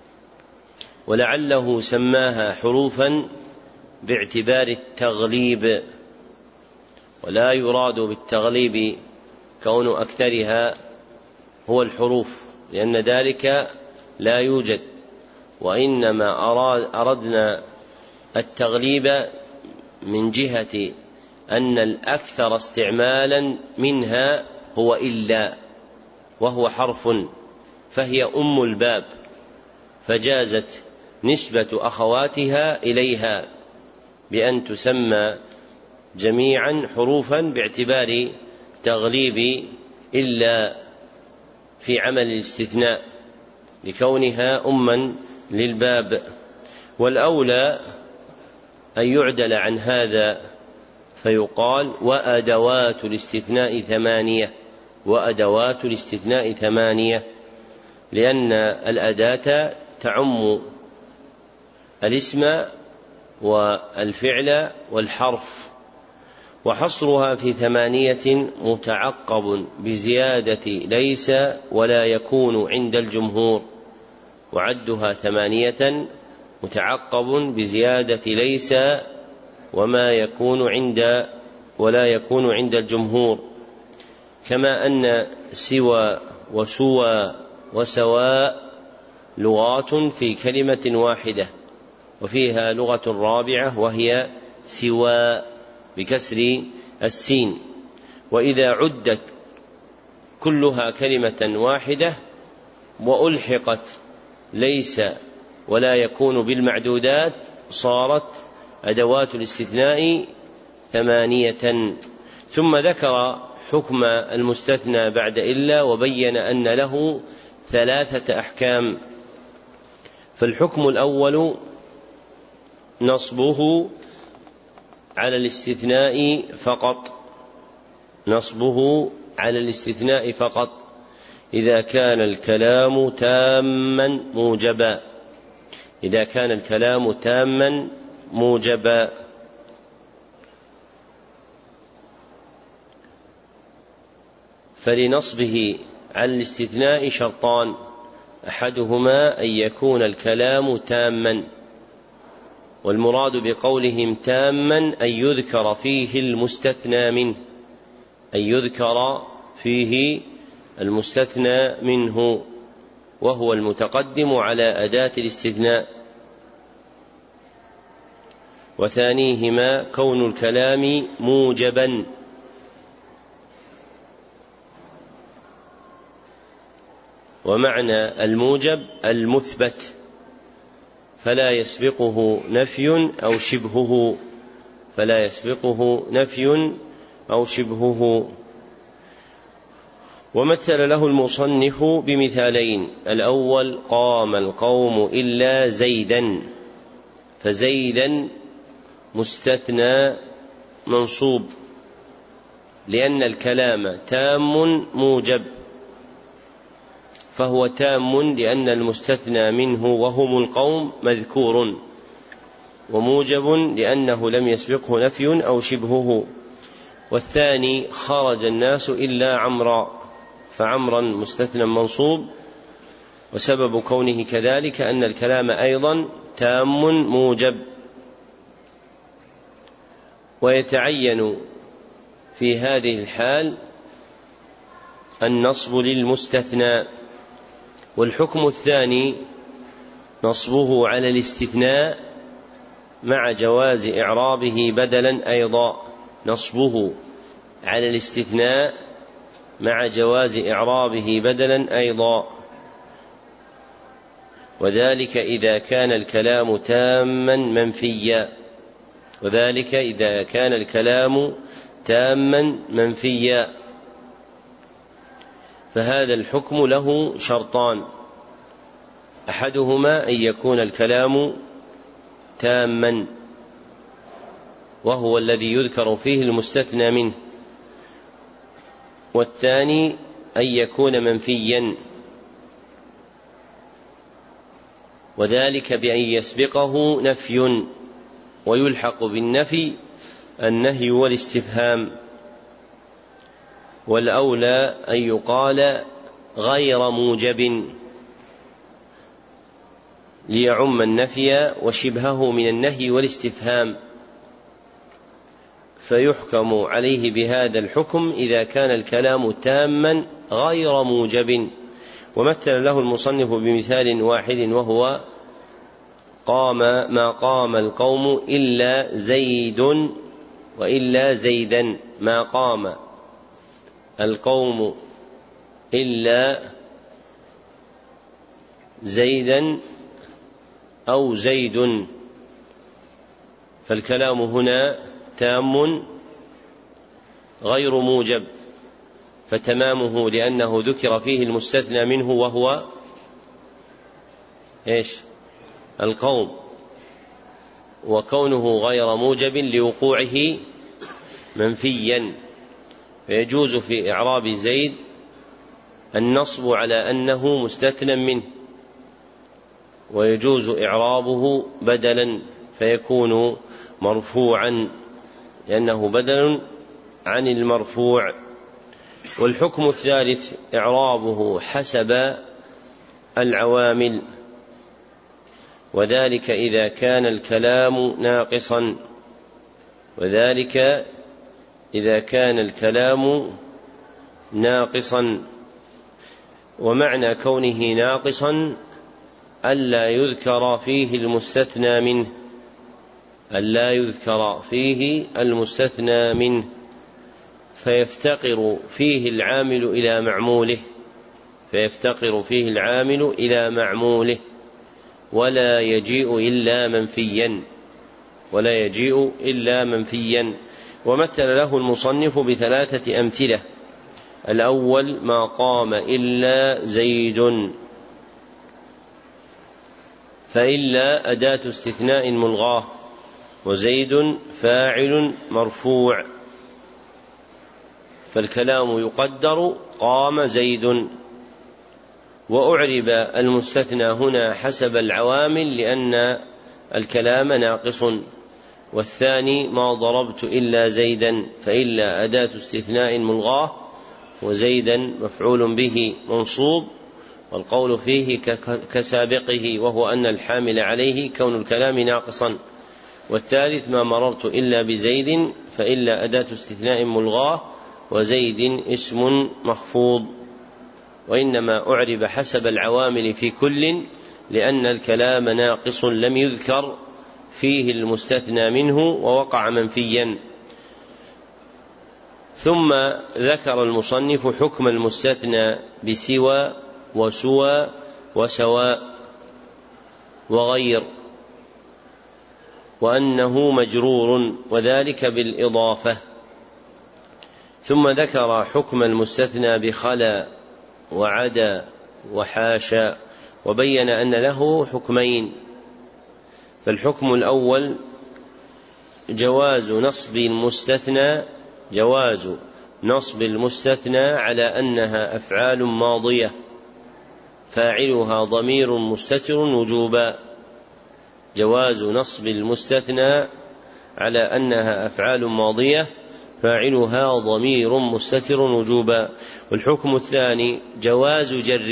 ولعله سماها حروفا باعتبار التغليب، ولا يراد بالتغليب كون أكثرها هو الحروف، لأن ذلك لا يوجد، وإنما أردنا التغليب من جهة أن الأكثر استعمالا منها هو إلا، وهو حرف، فهي أم الباب، فجازت نسبة أخواتها إليها بأن تسمى جميعا حروفا باعتبار تغليب إلا في عمل الاستثناء لكونها أما للباب. والأولى أن يعدل عن هذا فيقال: وأدوات الاستثناء 8. وأدوات الاستثناء 8، لأن الأداة تعم الاسم والفعل والحرف، وحصرها في 8 متعقب بزيادة ليس ولا يكون عند الجمهور، وعدها 8 متعقب بزيادة ليس وما يكون عند ولا يكون عند الجمهور، كما أن سوى وسوى وسواء لغات في كلمة واحدة، وفيها لغة رابعة وهي سوى بكسر السين. وإذا عدت كلها كلمة واحدة وألحقت ليس ولا يكون بالمعدودات صارت أدوات الاستثناء 8. ثم ذكر حكم المستثنى بعد إلا، وبين أن له 3 أحكام. فالحكم الأول نصبه على الاستثناء فقط، نصبه على الاستثناء فقط إذا كان الكلام تاما موجبا، إذا كان الكلام تاما موجبا. فلنصبه على الاستثناء شرطان: أحدهما أن يكون الكلام تاما، والمراد بقولهم تاما أن يذكر فيه المستثنى منه، أن يذكر فيه المستثنى منه، وهو المتقدم على أداة الاستثناء. وثانيهما كون الكلام موجبا، ومعنى الموجب المثبت، فلا يسبقه نفي أو شبهه، فلا يسبقه نفي أو شبهه. ومثل له المصنف بمثالين: الأول قام القوم إلا زيدا، فزيدا مستثنى منصوب لأن الكلام تام موجب، فهو تام لأن المستثنى منه وهم القوم مذكور، وموجب لأنه لم يسبقه نفي أو شبهه. والثاني خرج الناس إلا عمرا، فعمرا مستثنى منصوب، وسبب كونه كذلك أن الكلام أيضا تام موجب. ويتعين في هذه الحال النصب للمستثنى. والحكم الثاني نصبه على الاستثناء مع جواز إعرابه بدلا أيضا، نصبه على الاستثناء مع جواز إعرابه بدلا أيضا، وذلك إذا كان الكلام تاما منفيا، وذلك إذا كان الكلام تاما منفيا. فهذا الحكم له شرطان: أحدهما أن يكون الكلام تاما وهو الذي يذكر فيه المستثنى منه، والثاني أن يكون منفيا، وذلك بأن يسبقه نفي ويلحق بالنفي النهي والاستفهام، والأولى أن يقال غير موجب ليعم النفي وشبهه من النهي والاستفهام، فيحكم عليه بهذا الحكم إذا كان الكلام تاما غير موجب. ومثل له المصنف بمثال واحد وهو: ما قام القوم إلا زيد وإلا زيدا. ما قام القوم إلا زيدا أو زيد، فالكلام هنا تام غير موجب، فتمامه لأنه ذكر فيه المستثنى منه وهو القوم، وكونه غير موجب لوقوعه منفيا، فيجوز في إعراب زيد النصب على أنه مستثنى منه، ويجوز إعرابه بدلا فيكون مرفوعا لأنه بدل عن المرفوع. والحكم الثالث إعرابه حسب العوامل، وذلك إذا كان الكلام ناقصا، وذلك إذا كان الكلام ناقصا. ومعنى كونه ناقصا ألا يذكر فيه المستثنى منه، ألا يذكر فيه المستثنى منه، فيفتقر فيه العامل إلى معموله، فيفتقر فيه العامل إلى معموله، ولا يجيء إلا منفيا، ولا يجيء إلا منفيا. ومثل له المصنف بثلاثة أمثلة: الأول: ما قام إلا زيد، فإلا أداة استثناء ملغاة، وزيد فاعل مرفوع، فالكلام يقدر قام زيد. وأعرب المستثنى هنا حسب العوامل لأن الكلام ناقص. والثاني: ما ضربت إلا زيدا، فإلا أداة استثناء ملغاة، وزيدا مفعول به منصوب، والقول فيه كسابقه، وهو أن الحامل عليه كون الكلام ناقصا. والثالث: ما مررت إلا بزيد، فإلا أداة استثناء ملغاة، وزيد اسم مخفوض. وإنما أعرب حسب العوامل في كل لأن الكلام ناقص لم يذكر فيه المستثنى منه ووقع منفيا. ثم ذكر المصنف حكم المستثنى بسوى وسوى وسواء وغير، وأنه مجرور، وذلك بالإضافة. ثم ذكر حكم المستثنى بخلا وعدا وحاشا، وبين أن له حكمين. فالحكم الأول: جواز نصب المستثنى على أنها أفعال ماضية فاعلها ضمير مستتر وجوبا. جواز نصب المستثنى على أنها أفعال ماضية فاعلها ضمير مستتر وجوبا. والحكم الثاني: جواز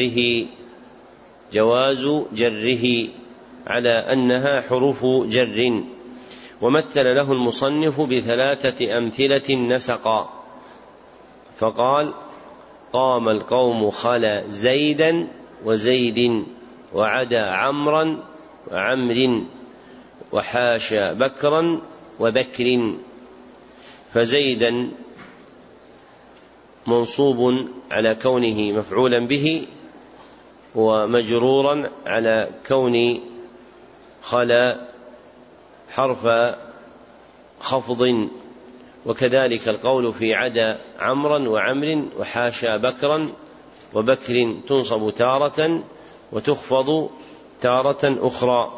جره على أنها حروف جر. ومثل له المصنف بثلاثة أمثلة نسقا، فقال: قام القوم خلا زيدا وزيد، وعدا عمرا وعمر، وحاشا بكرا وبكر. فزيدا منصوب على كونه مفعولا به، ومجرورا على كون خلا حرف خفض. وكذلك القول في عدا عمرا وعمر وحاشا بكرا وبكر تنصب تارة وتخفض تارة أخرى.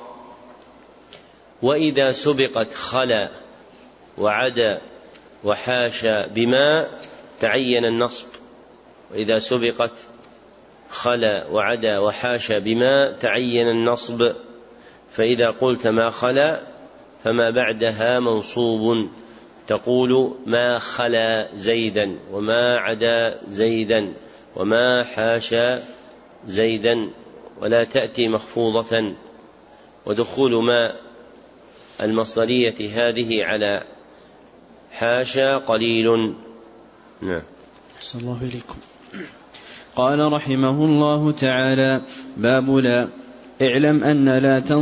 وإذا سبقت خلا وعدا وحاشا بما تعين النصب. وإذا سبقت خلا وعدا وحاشا بما تعين النصب. فإذا قلت ما خلا فما بعدها منصوب، تقول ما خلا زيدا وما عدا زيدا وما حاشا زيدا، ولا تأتي مخفوضة. ودخول ما المصدرية هذه على حاشا قليل. نعم. أحسن الله إليكم. قال رحمه الله تعالى: باب لا. اعلم أن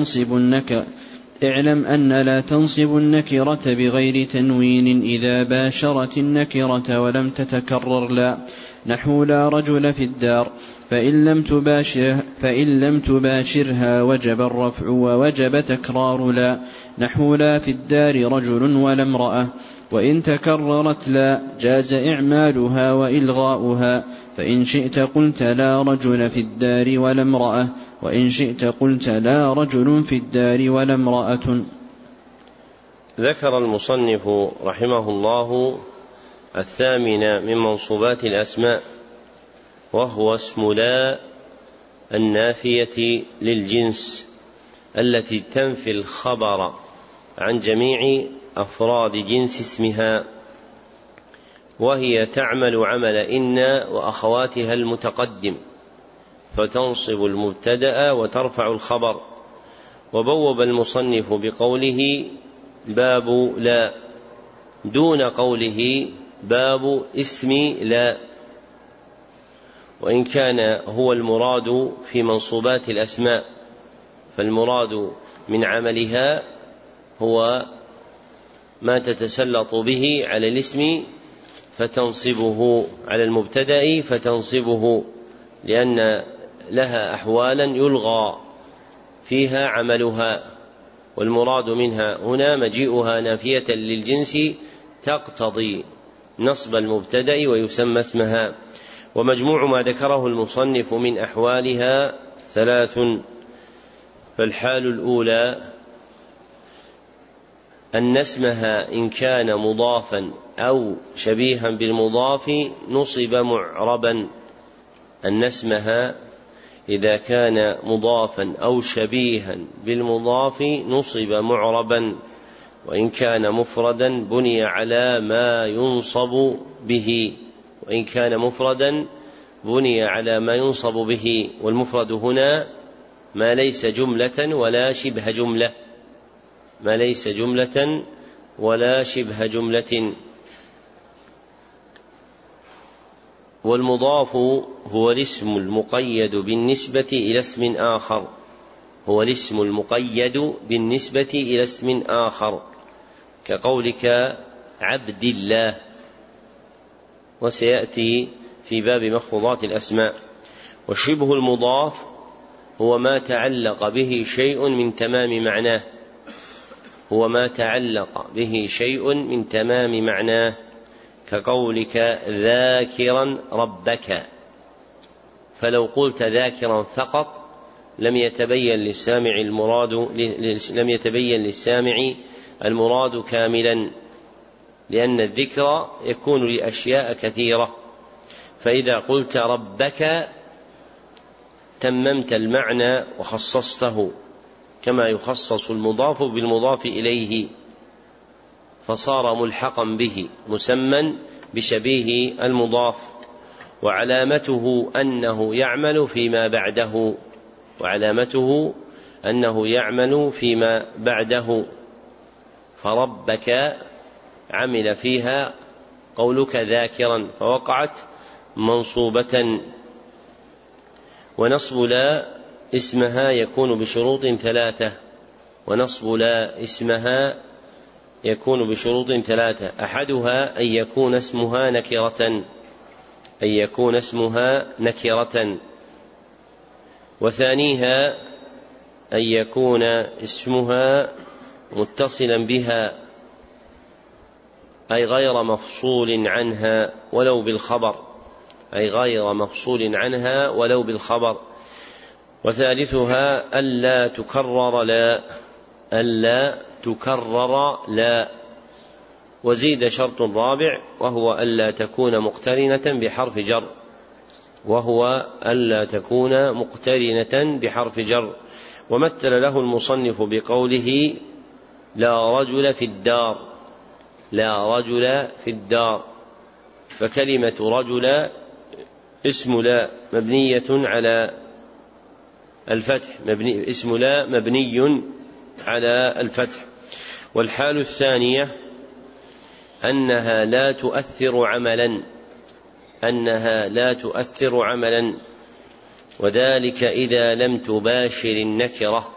لا تنصب النكرة بغير تنوين إذا باشرت النكرة ولم تتكرر لا، نحو لا رجل في الدار، فإن لم تباشرها وجب الرفع ووجب تكرار لا، نحو لا في الدار رجل ولا امرأة. وإن تكررت لا جاز إعمالها وإلغاؤها، فإن شئت قلت لا رجل في الدار ولا امرأة، وإن شئت قلت لا رجل في الدار ولا امرأة. ذكر المصنف رحمه الله الثامن من منصوبات الأسماء، وهو اسم لا النافية للجنس التي تنفي الخبر عن جميع أفراد جنس اسمها، وهي تعمل عمل إن وأخواتها المتقدم، فتنصب المبتدأ وترفع الخبر. وبوب المصنف بقوله باب لا دون قوله باب اسم لا، وإن كان هو المراد في منصوبات الأسماء، فالمراد من عملها هو ما تتسلط به على الاسم فتنصبه، على المبتدأ فتنصبه، لأن لها أحوالا يلغى فيها عملها، والمراد منها هنا مجيئها نافية للجنس تقتضي نصب المبتدأ ويسمى اسمها. ومجموع ما ذكره المصنف من أحوالها ثلاث. فالحال الأولى أن اسمها إن كان مضافا أو شبيها بالمضاف نصب معربا. أن اسمها إذا كان مضافا أو شبيها بالمضاف نصب معربا، وإن كان مفردا بني على ما ينصب به. وإن كان مفردا بني على ما ينصب به، والمفرد هنا ما ليس جملة ولا شبه جملة، ما ليس جملة ولا شبه جملة. والمضاف هو الاسم المقيد بالنسبة إلى اسم آخر، هو الاسم المقيد بالنسبة إلى اسم آخر، كقولك عبد الله، وسيأتي في باب مخفوضات الأسماء. وشبه المضاف هو ما تعلق به شيء من تمام معناه، هو ما تعلق به شيء من تمام معناه، كقولك ذاكرا ربك، فلو قلت ذاكرا فقط لم يتبين للسامع المراد كاملا، لأن الذكر يكون لأشياء كثيرة. فإذا قلت ربك تممت المعنى وخصصته، كما يخصص المضاف بالمضاف إليه، فصار ملحقا به مسمى بشبيه المضاف. وعلامته أنه يعمل فيما بعده، فربك عمل فيها قولك ذاكرا فوقعت منصوبة. ونصب لا اسمها يكون بشروط ثلاثة، أحدها أن يكون اسمها نكرة، أن يكون اسمها نكرة، وثانيها أن يكون اسمها متصلا بها أي غير مفصول عنها ولو بالخبر، أي غير مفصول عنها ولو بالخبر. وثالثها ألا تكرر لا، ألا تكرر لا. وزيد شرط رابع وهو ألا تكون مقترنة بحرف جر، وهو ألا تكون مقترنة بحرف جر. ومثل له المصنف بقوله لا رجل في الدار، لا رجل في الدار. فكلمة رجل اسم لا مبنية على الفتح، اسم لا مبني على الفتح. والحال الثانية أنها لا تؤثر عملا، أنها لا تؤثر عملا، وذلك إذا لم تباشر النكرة،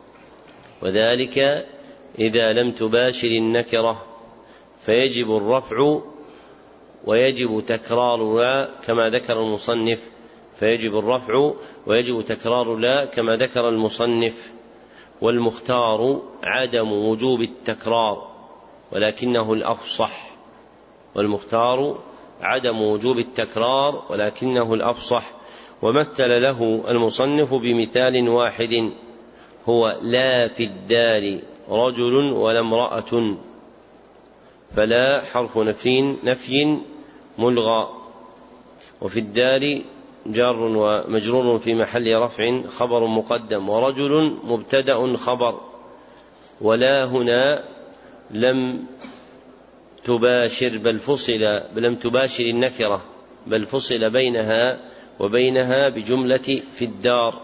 وذلك إذا لم تباشر النكرة، فيجب الرفع ويجب تكرار لا كما ذكر المصنف، فيجب الرفع ويجب تكرار لا كما ذكر المصنف. والمختار عدم وجوب التكرار ولكنه الأفصح، والمختار عدم وجوب التكرار ولكنه الأفصح. ومثل له المصنف بمثال واحد هو لا في الدار رجل ولا امرأة، فلا حرف نفي ملغى، وفي الدار جار ومجرور في محل رفع خبر مقدم، ورجل مبتدأ خبر. ولا هنا لم تباشر بل فصل، لم تباشر النكرة بل فصل بينها وبينها بجملة في الدار.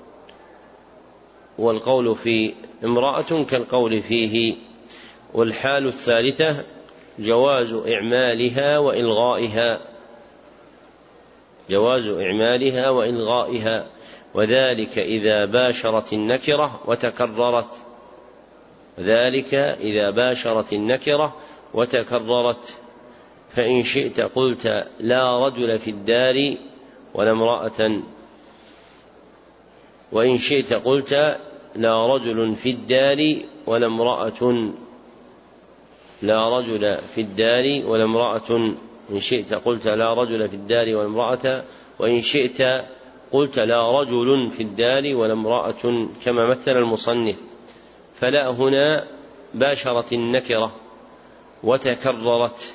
والقول في امرأة كالقول فيه. والحال الثالثة جواز إعمالها وإلغائها، جواز إعمالها وإلغائها، وذلك إذا باشرت النكرة وتكررت، ذلك إذا باشرت النكرة وتكررت. فإن شئت قلت لا رجل في الدار ولا امرأة، وإن شئت قلت لا رجل في الدار ولا امرأة، لا رجل في الدار ولا امرأة. إن شئت قلت لا رجل في الدار ولا امرأة، وإن شئت قلت لا رجل في الدار ولا امرأة كما مثل المصنف. فلا هنا باشرت النكرة وتكررت،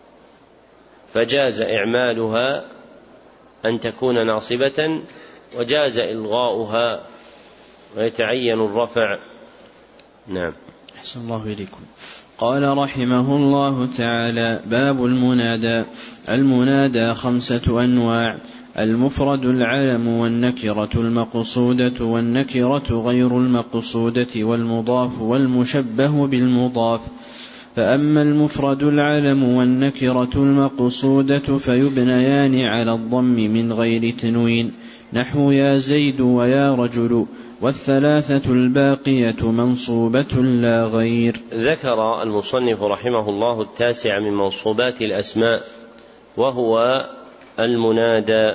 فجاز إعمالها أن تكون ناصبة، وجاز إلغاؤها ويتعين الرفع. نعم. أحسن الله إليكم. قال رحمه الله تعالى: باب المنادى. المنادى 5 أنواع: المفرد العلم، والنكرة المقصودة، والنكرة غير المقصودة، والمضاف، والمشبه بالمضاف. فأما المفرد العلم والنكرة المقصودة فيبنيان على الضم من غير تنوين، نحو يا زيد ويا رجل، والثلاثة الباقية منصوبة لا غير. ذكر المصنف رحمه الله 9 من منصوبات الأسماء، وهو المنادى،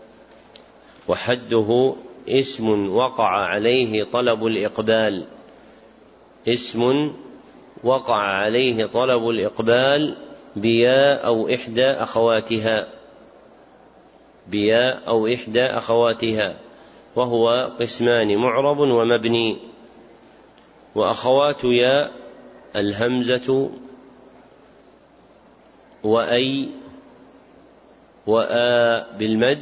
وحده اسم وقع عليه طلب الإقبال، اسم وقع عليه طلب الإقبال بياء أو إحدى أخواتها، بياء أو إحدى أخواتها، وهو قسمان: معرب ومبني. وأخوات ياء الهمزة وأي وآ بالمد،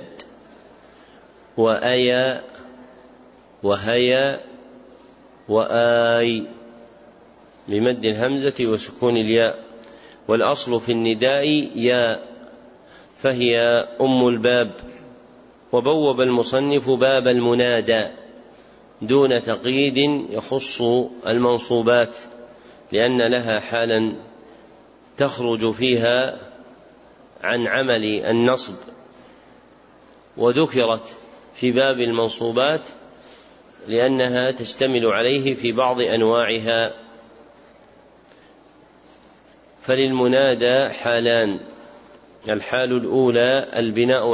وأيا وهيا وآي بمد الهمزة وسكون الياء. والأصل في النداء ياء، فهي أم الباب. وبوب المصنف باب المنادى دون تقييد يخص المنصوبات، لأن لها حالا تخرج فيها عن عمل النصب، وذكرت في باب المنصوبات لأنها تشتمل عليه في بعض الحال الأولى البناء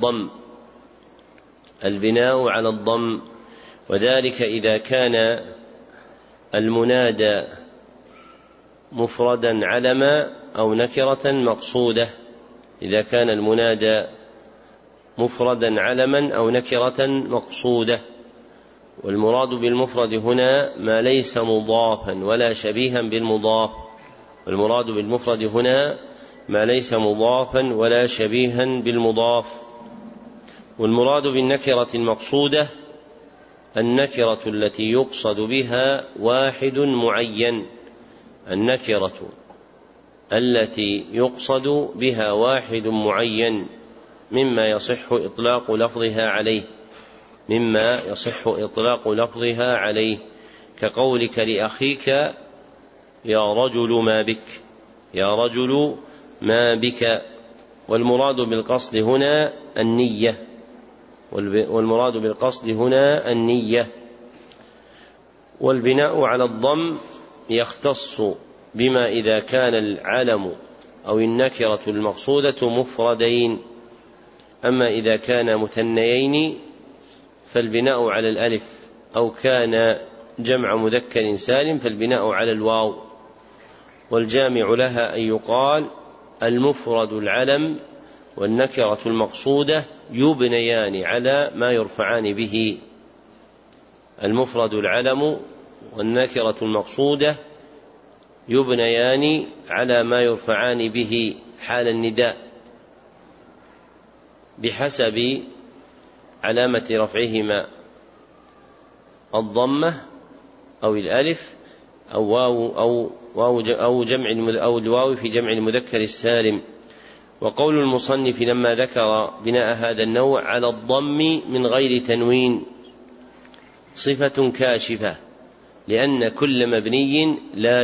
على الضم، وذلك إذا كان المنادى مفردا علما أو نكرة مقصودة. إذا كان المنادى مفردا علما أو نكرة مقصودة، والمراد بالمفرد هنا ما ليس مضافا ولا شبيها بالمضاف. والمراد بالمفرد هنا ما ليس مضافا ولا شبيها بالمضاف. والمراد بالنكرة المقصودة النكرة التي يقصد بها واحد معين، النكرة التي يقصد بها واحد معين مما يصح إطلاق لفظها عليه، كقولك لأخيك يا رجل ما بك. والمراد بالقصد هنا النية. والبناء على الضم يختص بما إذا كان العلم أو النكرة المقصودة مفردين. أما إذا كان مثنيين فالبناء على الألف، أو كان جمع مذكر سالم فالبناء على الواو. والجامع لها أن يقال المفرد العلم والنكرة المقصودة يبنيان على ما يرفعان به. المفرد العلم والنكرة المقصودة يبنيان على ما يرفعان به حال النداء بحسب علامة رفعهما الضمة أو الألف أو الواو في جمع المذكر السالم. وقول المصنف لما ذكر بناء هذا النوع على الضم من غير تنوين صفة كاشفة، لأن كل مبني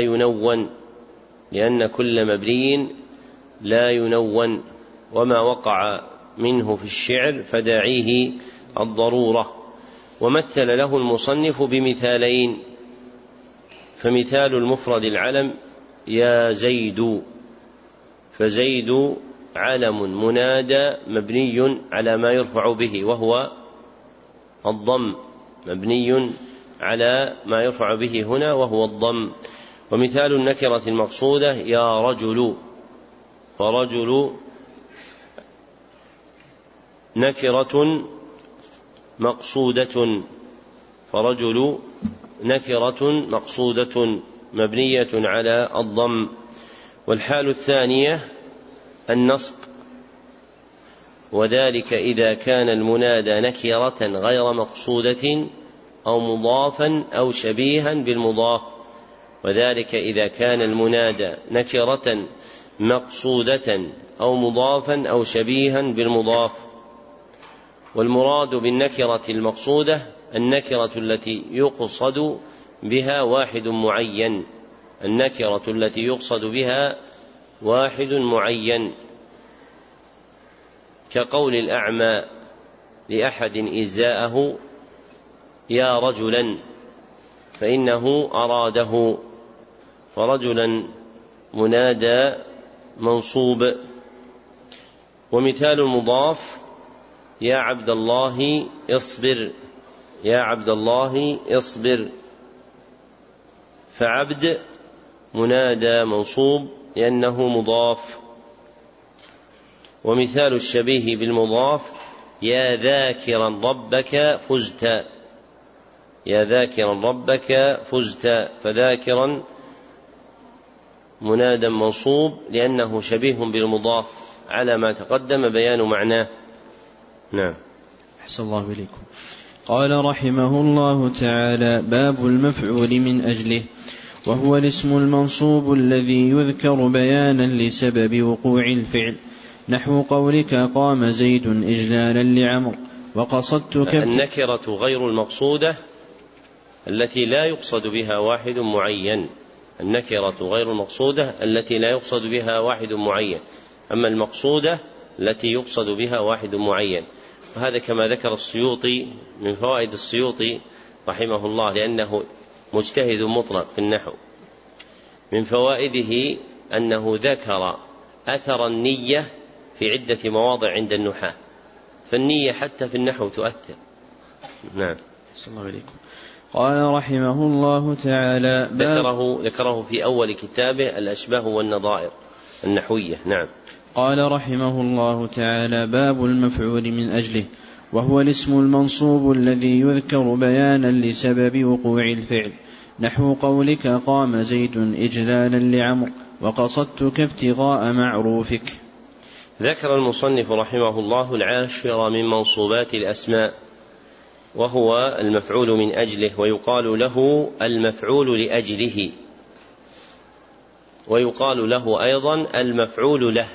لا ينون، وما وقع منه في الشعر فداعيه الضرورة. ومثل له المصنف بمثالين، فمثال المفرد العلم يا زيد، فزيد علم منادى مبني على ما يرفع به وهو الضم، مبني على ما يرفع به هنا وهو الضم. ومثال النكرة المقصودة يا رجل، فرجل نكرة مقصودة مبنية على الضم. والحال الثانية النصب، وذلك إذا كان المنادى نكرة غير مقصودة أو مضافا أو شبيها بالمضاف. وذلك إذا كان المنادى نكرة مقصودة أو مضافا أو شبيها بالمضاف. والمراد بالنكرة المقصودة النكرة التي يقصد بها واحد معين، كقول الأعمى لأحد إزاءه يا رجلا، فإنه أراده، فرجلا منادى منصوب. ومثال المضاف يا عبد الله اصبر، فعبد منادى منصوب لأنه مضاف. ومثال الشبيه بالمضاف يا ذاكرا ربك فزت، فذاكرا منادى منصوب لأنه شبيه بالمضاف على ما تقدم بيان معناه. نعم. أحسن الله إليكم. قال رحمه الله تعالى: باب المفعول من أجله، وهو الاسم المنصوب الذي يذكر بيانا لسبب وقوع الفعل، نحو قولك قام زيد إجلالا لعمر، وقصدتك. النكرة غير المقصودة التي لا يقصد بها واحد معين، أما المقصودة التي يقصد بها واحد معين. وهذا كما ذكر السيوطي من فوائد السيوطي رحمه الله، لأنه مجتهد مطلق في النحو، من فوائده أنه ذكر أثر النية في عدة مواضع عند النحاة، فالنية حتى في النحو تؤثر. نعم. صلى الله عليكم. قال رحمه الله تعالى ذكره في أول كتابه الأشباه والنظائر النحوية. نعم. قال رحمه الله تعالى: باب المفعول من أجله، وهو الاسم المنصوب الذي يذكر بيانا لسبب وقوع الفعل، نحو قولك قام زيد إجلالا لعمر وقصدتك ابتغاء معروفك. ذكر المصنف رحمه الله العاشر من منصوبات الأسماء، وهو المفعول من أجله، ويقال له المفعول لأجله، ويقال له أيضا المفعول له.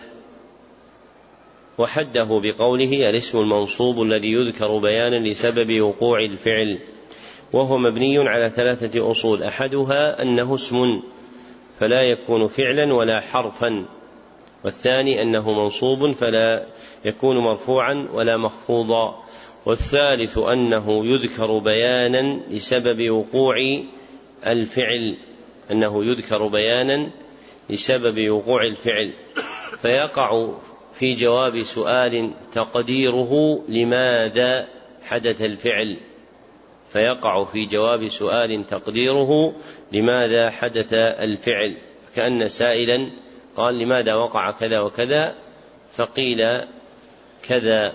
وحده بقوله الاسم المنصوب الذي يذكر بيانا لسبب وقوع الفعل، وهو مبني على 3 أصول: أحدها أنه اسم فلا يكون فعلا ولا حرفا، والثاني أنه منصوب فلا يكون مرفوعا ولا مخفوضا، والثالث أنه يذكر بيانا لسبب وقوع الفعل، أنه يذكر بيانا لسبب وقوع الفعل، فيقع في جواب سؤال تقديره لماذا حدث الفعل، فيقع في جواب سؤال تقديره لماذا حدث الفعل، كأن سائلا قال لماذا وقع كذا وكذا، فقيل كذا،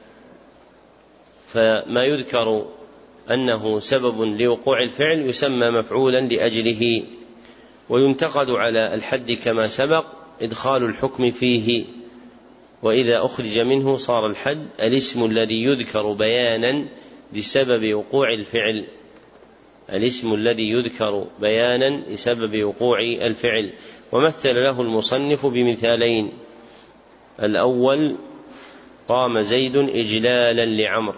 فما يذكر أنه سبب لوقوع الفعل يسمى مفعولا لأجله. وينتقد على الحد كما سبق إدخال الحكم فيه، وإذا أخرج منه صار الحد الاسم الذي يذكر بيانا لسبب وقوع الفعل، الاسم الذي يذكر بيانا لسبب وقوع الفعل. ومثل له المصنف بمثالين: الأول قام زيد إجلالا لعمر،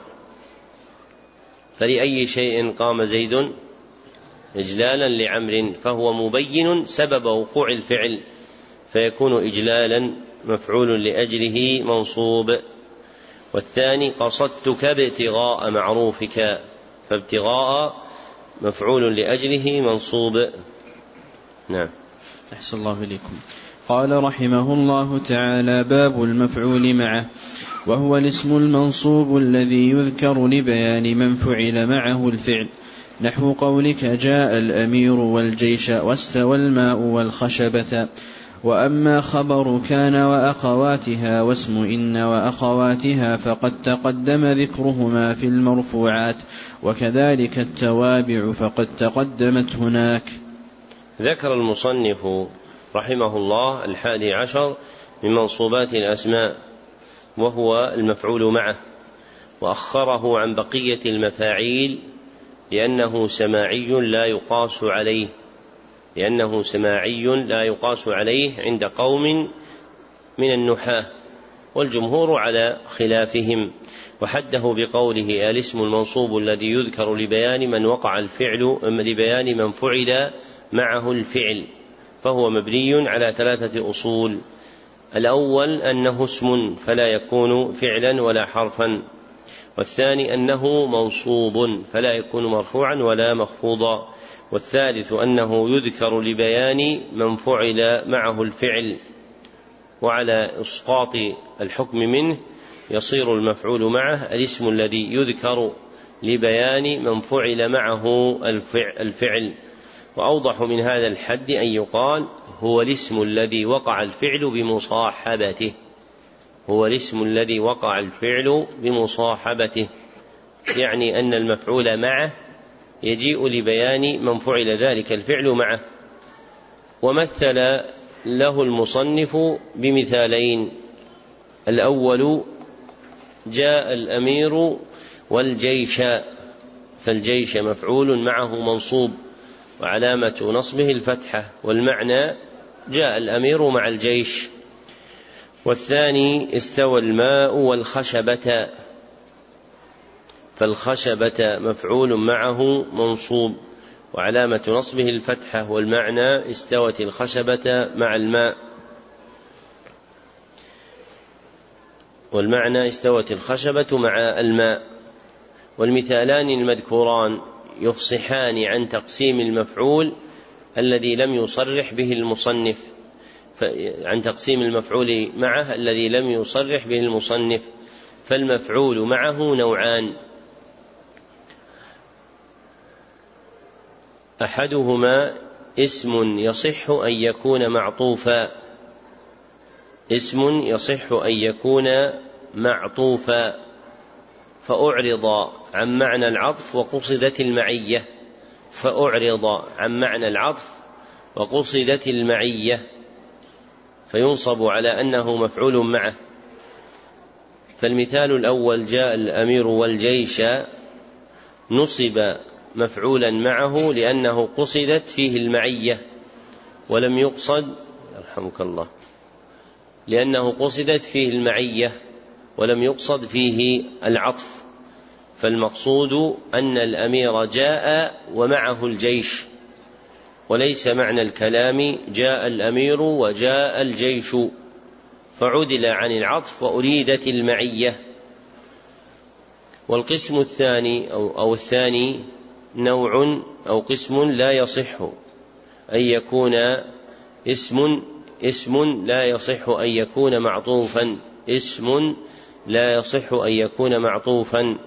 فلأي شيء قام زيد إجلالا لعمر، فهو مبين سبب وقوع الفعل، فيكون إجلالا مفعول لأجله منصوب. والثاني قصدتك ابتغاء معروفك، فابتغاء مفعول لأجله منصوب. نعم. أحسن الله إليكم. قال رحمه الله تعالى: باب المفعول معه، وهو الاسم المنصوب الذي يذكر لبيان من فعل معه الفعل، نحو قولك جاء الأمير والجيش واستوى الماء والخشبة. وأما خبر كان وأخواتها واسم إن وأخواتها فقد تقدم ذكرهما في المرفوعات، وكذلك التوابع فقد تقدمت هناك. ذكر المصنف رحمه الله 11 من منصوبات الأسماء، وهو المفعول معه، وأخره عن بقية المفاعيل لأنه سماعي لا يقاس عليه عند قوم من النحاة، والجمهور على خلافهم. وحده بقوله الاسم المنصوب الذي يذكر لبيان من وقع الفعل، لبيان من فعل معه الفعل، فهو مبني على 3 أصول: الأول أنه اسم فلا يكون فعلا ولا حرفا، والثاني أنه منصوب فلا يكون مرفوعا ولا مخفوضا، والثالث أنه يذكر لبيان من فعل معه الفعل، وعلى إسقاط الحكم منه يصير المفعول معه الاسم الذي يذكر لبيان من فعل معه الفعل. وأوضح من هذا الحد أن يقال هو الاسم الذي وقع الفعل بمصاحبته، هو الاسم الذي وقع الفعل بمصاحبته، يعني أن المفعول معه يجيء لبيان من فعل ذلك الفعل معه. ومثل له المصنف بمثالين: الأول جاء الأمير والجيش، فالجيش مفعول معه منصوب وعلامة نصبه الفتحة، والمعنى جاء الأمير مع الجيش. والثاني استوى الماء والخشبة، فالخشبة مفعول معه منصوب وعلامة نصبه الفتحة، والمعنى استوت الخشبة مع الماء، والمعنى استوت الخشبة مع الماء. والمثالان المذكوران يفصحان عن تقسيم المفعول الذي لم يصرح به المصنف، عن تقسيم المفعول معه الذي لم يصرح به المصنف. فالمفعول معه نوعان: أحدهما اسم يصح أن يكون معطوفا، اسم يصح أن يكون معطوفا فأعرض عن معنى العطف وقصدت المعية، فأعرض عن معنى العطف وقصدت المعية فينصب على أنه مفعول معه. فالمثال الأول: جاء الأمير والجيش، نصب مفعولا معه لأنه قصدت فيه المعية ولم يقصد، يرحمك الله، لأنه قصدت فيه المعية ولم يقصد فيه العطف. فالمقصود أن الأمير جاء ومعه الجيش، وليس معنى الكلام جاء الأمير وجاء الجيش، فعدل عن العطف وأريدت المعية. والقسم الثاني أو الثاني نوع أو قسم لا يصح أن يكون اسم لا يصح أن يكون معطوفا، اسم لا يصح أن يكون معطوفا.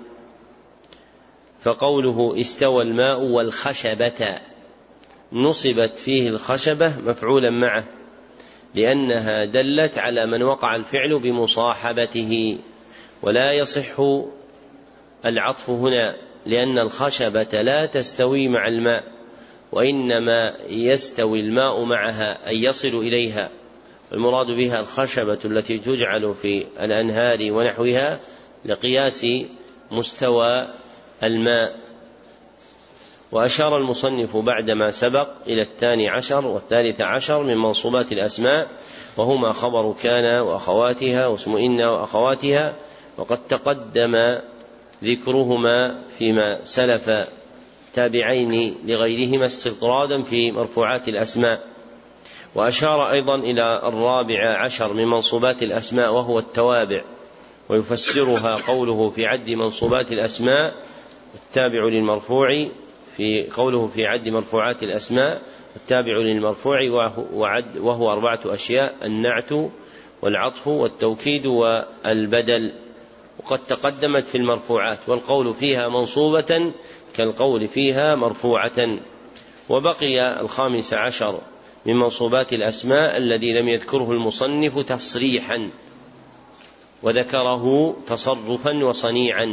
فقوله استوى الماء والخشبة، نصبت فيه الخشبة مفعولا معه لأنها دلت على من وقع الفعل بمصاحبته، ولا يصح العطف هنا لأن الخشبة لا تستوي مع الماء، وإنما يستوي الماء معها أي يصل إليها، المراد بها الخشبة التي تجعل في الأنهار ونحوها لقياس مستوى الماء. وأشار المصنف بعدما سبق إلى 12 و13 من منصوبات الأسماء، وهما خبر كان وأخواتها واسم إن وأخواتها، وقد تقدم ذكرهما فيما سلف تابعين لغيرهما استطرادا في مرفوعات الأسماء. وأشار أيضا إلى 14 من منصوبات الأسماء وهو التوابع، ويفسرها قوله في عد منصوبات الأسماء التابع للمرفوع، في قوله في عد مرفوعات الأسماء التابع للمرفوع وهو 4 أشياء: النعت والعطف والتوكيد والبدل. وقد تقدمت في المرفوعات، والقول فيها منصوبة كالقول فيها مرفوعة. وبقي 15 من منصوبات الأسماء الذي لم يذكره المصنف تصريحا وذكره تصرفا وصنيعا،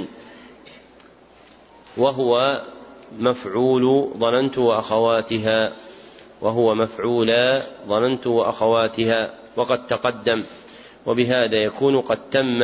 وهو مفعول ظننت وأخواتها، وهو مفعول ظننت وأخواتها وقد تقدم. وبهذا يكون قد تم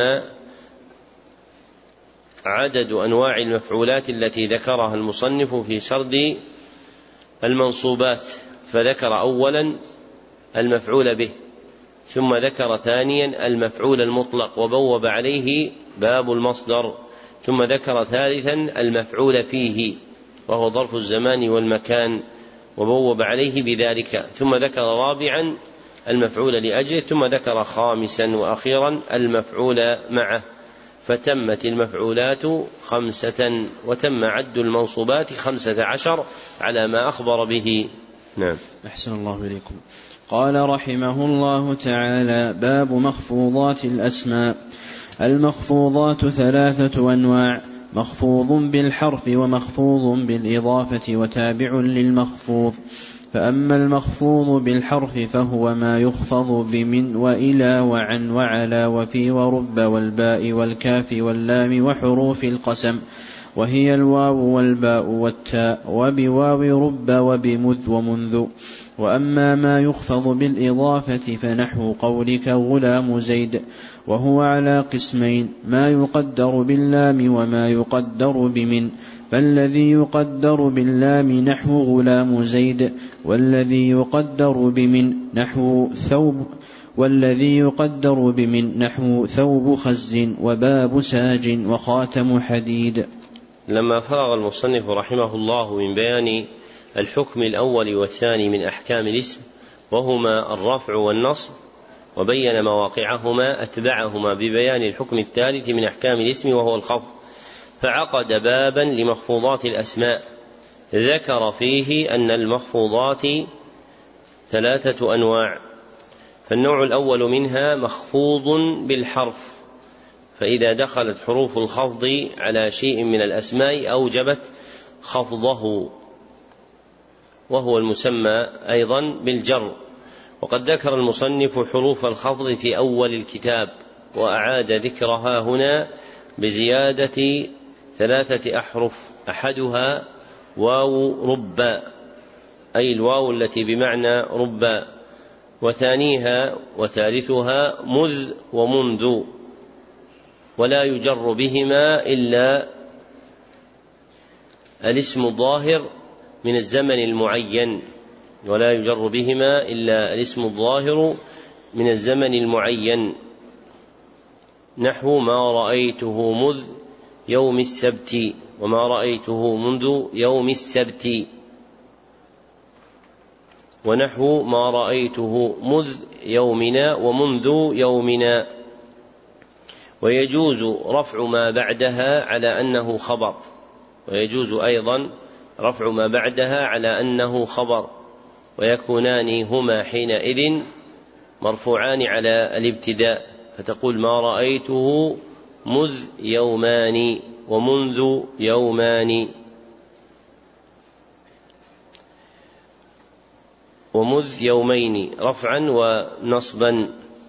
عدد أنواع المفعولات التي ذكرها المصنف في سرد المنصوبات، فذكر أولا المفعول به، ثم ذكر ثانيا المفعول المطلق وبوب عليه باب المصدر، ثم ذكر ثالثا المفعول فيه وهو ظرف الزمان والمكان وبوب عليه بذلك، ثم ذكر رابعا المفعول لأجله، ثم ذكر خامسا وأخيرا المفعول معه، فتمت المفعولات 5 وتم عد المنصوبات 15 على ما أخبر به. نعم. أحسن الله إليكم. قال رحمه الله تعالى: باب مخفوضات الأسماء. المخفوضات 3 أنواع: مخفوض بالحرف ومخفوض بالإضافة وتابع للمخفوض. فأما المخفوض بالحرف فهو ما يخفض بمن وإلى وعن وعلى وفي ورب والباء والكاف واللام وحروف القسم، وهي الواو والباء والتاء، وبواو رب وبمذ ومنذ. وأما ما يخفض بالإضافة فنحو قولك غلام زيد، وهو على قسمين: ما يقدر باللام وما يقدر بمن. فالذي يقدر باللام نحو غلام زيد، والذي يقدر بمن نحو ثوب خز وباب ساج وخاتم حديد. لما فرغ المصنف رحمه الله من بيان الحكم الأول والثاني من أحكام الاسم وهما الرفع والنصب وبين مواقعهما، أتبعهما ببيان الحكم الثالث من أحكام الاسم وهو الخفض، فعقد بابا لمخفوضات الأسماء ذكر فيه أن المخفوضات 3 أنواع. فالنوع الأول منها مخفوض بالحرف، فإذا دخلت حروف الخفض على شيء من الأسماء أوجبت خفضه، وهو المسمى أيضا بالجر. وقد ذكر المصنف حروف الخفض في أول الكتاب، وأعاد ذكرها هنا بزيادة 3 أحرف، أحدها واو ربا، أي الواو التي بمعنى ربا، وثانيها وثالثها مذ ومنذ، ولا يجر بهما إلا الاسم الظاهر من الزمن المعين، ولا يجر بهما إلا الاسم الظاهر من الزمن المعين، نحو ما رأيته مذ يوم السبت، وما رأيته منذ يوم السبت، ونحو ما رأيته مذ يومنا ومنذ يومنا. ويجوز رفع ما بعدها على أنه خبر، ويجوز أيضا رفع ما بعدها على أنه خبر، ويكونان هما حينئذ مرفوعان على الابتداء، فتقول ما رأيته مذ يومان ومنذ يومان، ومذ يومين رفعا ونصبا.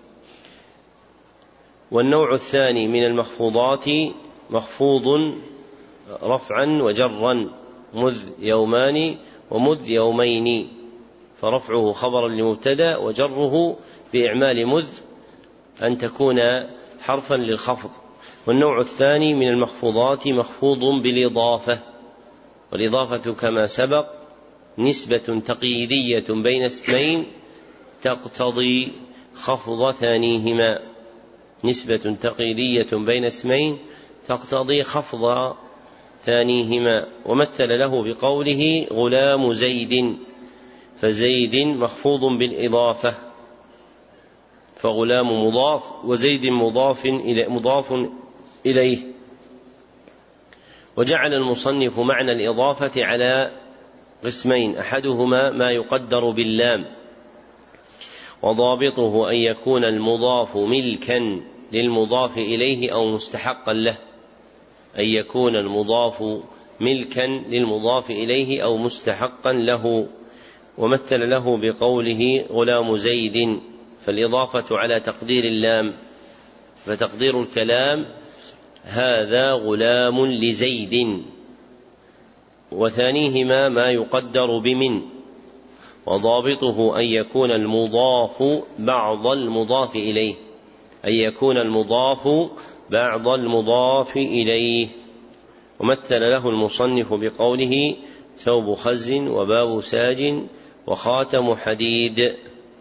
والنوع الثاني من المخفوضات مخفوض رفعا وجرا، مذ يومان ومذ يومين، فرفعه خبرا لمبتدأ، وجره بإعمال مذ أن تكون حرفا للخفض. والنوع الثاني من المخفوضات مخفوض بالإضافة، والإضافة كما سبق نسبة تقييدية بين اسمين تقتضي خفض ثانيهما، نسبة تقييدية بين اسمين تقتضي خفض ثانيهما. ومثل له بقوله غلام زيد، فزيد مخفوض بالإضافة، فغلام مضاف وزيد مضاف إليه. وجعل المصنف معنى الإضافة على قسمين، أحدهما ما يقدر باللام، وضابطه أن يكون المضاف ملكا للمضاف إليه أو مستحقا له، أن يكون المضاف ملكا للمضاف إليه أو مستحقا له. ومثل له بقوله غلام زيد، فالإضافة على تقدير اللام، فتقدير الكلام هذا غلام لزيد. وثانيهما ما يقدر بمن، وضابطه أن يكون المضاف بعض المضاف إليه، أن يكون المضاف بعض المضاف إليه. ومثل له المصنف بقوله ثوب خز وباب ساج وخاتم حديد،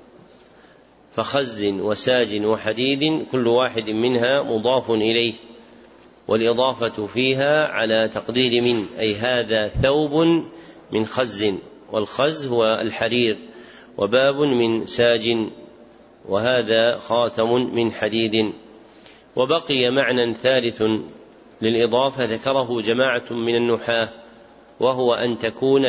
فخز وساج وحديد كل واحد منها مضاف إليه، والإضافة فيها على تقدير من، أي هذا ثوب من خز، والخز هو الحرير، وباب من ساج، وهذا خاتم من حديد. وبقي معنى ثالث للإضافة ذكره جماعة من النحاة، وهو أن تكون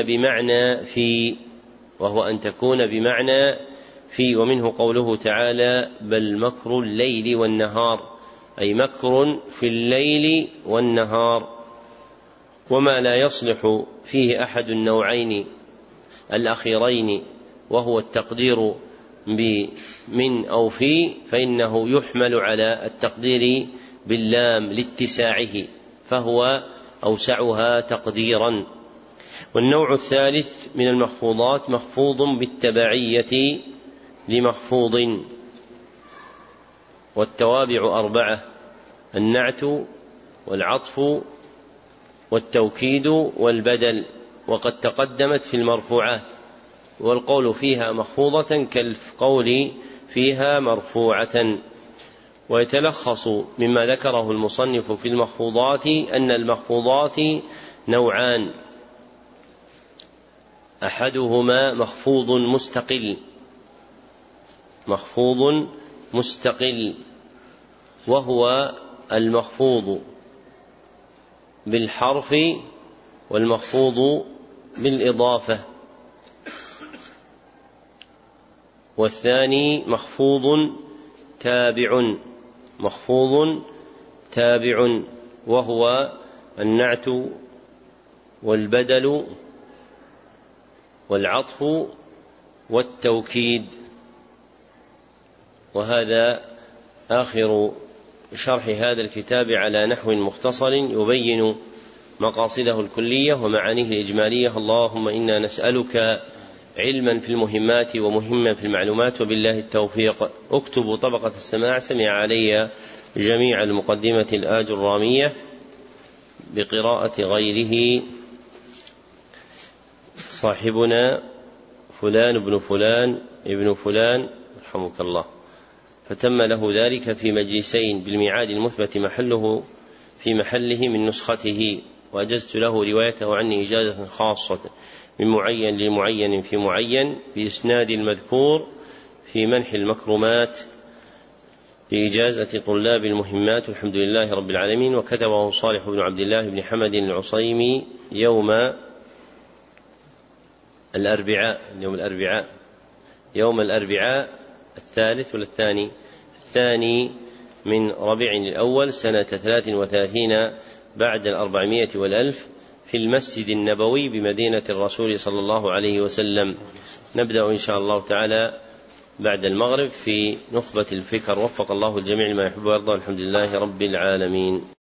بمعنى في، ومنه قوله تعالى بل مكر الليل والنهار، أي مكر في الليل والنهار. وما لا يصلح فيه أحد النوعين الأخيرين، وهو التقدير بمن أو في، فإنه يحمل على التقدير باللام لاتساعه، فهو أوسعها تقديرا. والنوع الثالث من المخفوضات مخفوض بالتبعية لمخفوض، والتوابع 4: النعت والعطف والتوكيد والبدل، وقد تقدمت في المرفوعات، والقول فيها مخفوضة كالقول فيها مرفوعة. ويتلخص مما ذكره المصنف في المخفوضات أن المخفوضات نوعان: أحدهما مخفوض مستقل، وهو المخفوض بالحرف والمخفوض بالإضافة. والثاني مخفوض تابع وهو النعت والبدل والعطف والتوكيد. وهذا آخر شرح هذا الكتاب على نحو مختصر يبين مقاصده الكلية ومعانيه الإجمالية. اللهم إنا نسألك علما في المهمات ومهما في المعلومات، وبالله التوفيق. اكتبوا طبقة السماع. سمع علي جميع المقدمة الآجرامية بقراءة غيره صاحبنا فلان ابن فلان ابن فلان رحمك الله، فتم له ذلك في مجلسين بالميعاد المثبت في محله من نسخته، وأجزت له روايته عني إجازة خاصة من معين لمعين في معين بإسناد المذكور في منح المكرمات بإجازة طلاب المهمات، الحمد لله رب العالمين. وكتبه صالح بن عبد الله بن حمد العصيمي يوم الأربعاء الثالث الثاني من ربيع الأول سنة 33 بعد 400 والألف في المسجد النبوي بمدينة الرسول صلى الله عليه وسلم. نبدأ إن شاء الله تعالى بعد المغرب في نخبة الفكر. وفق الله الجميع لما يحب ويرضى، الحمد لله رب العالمين.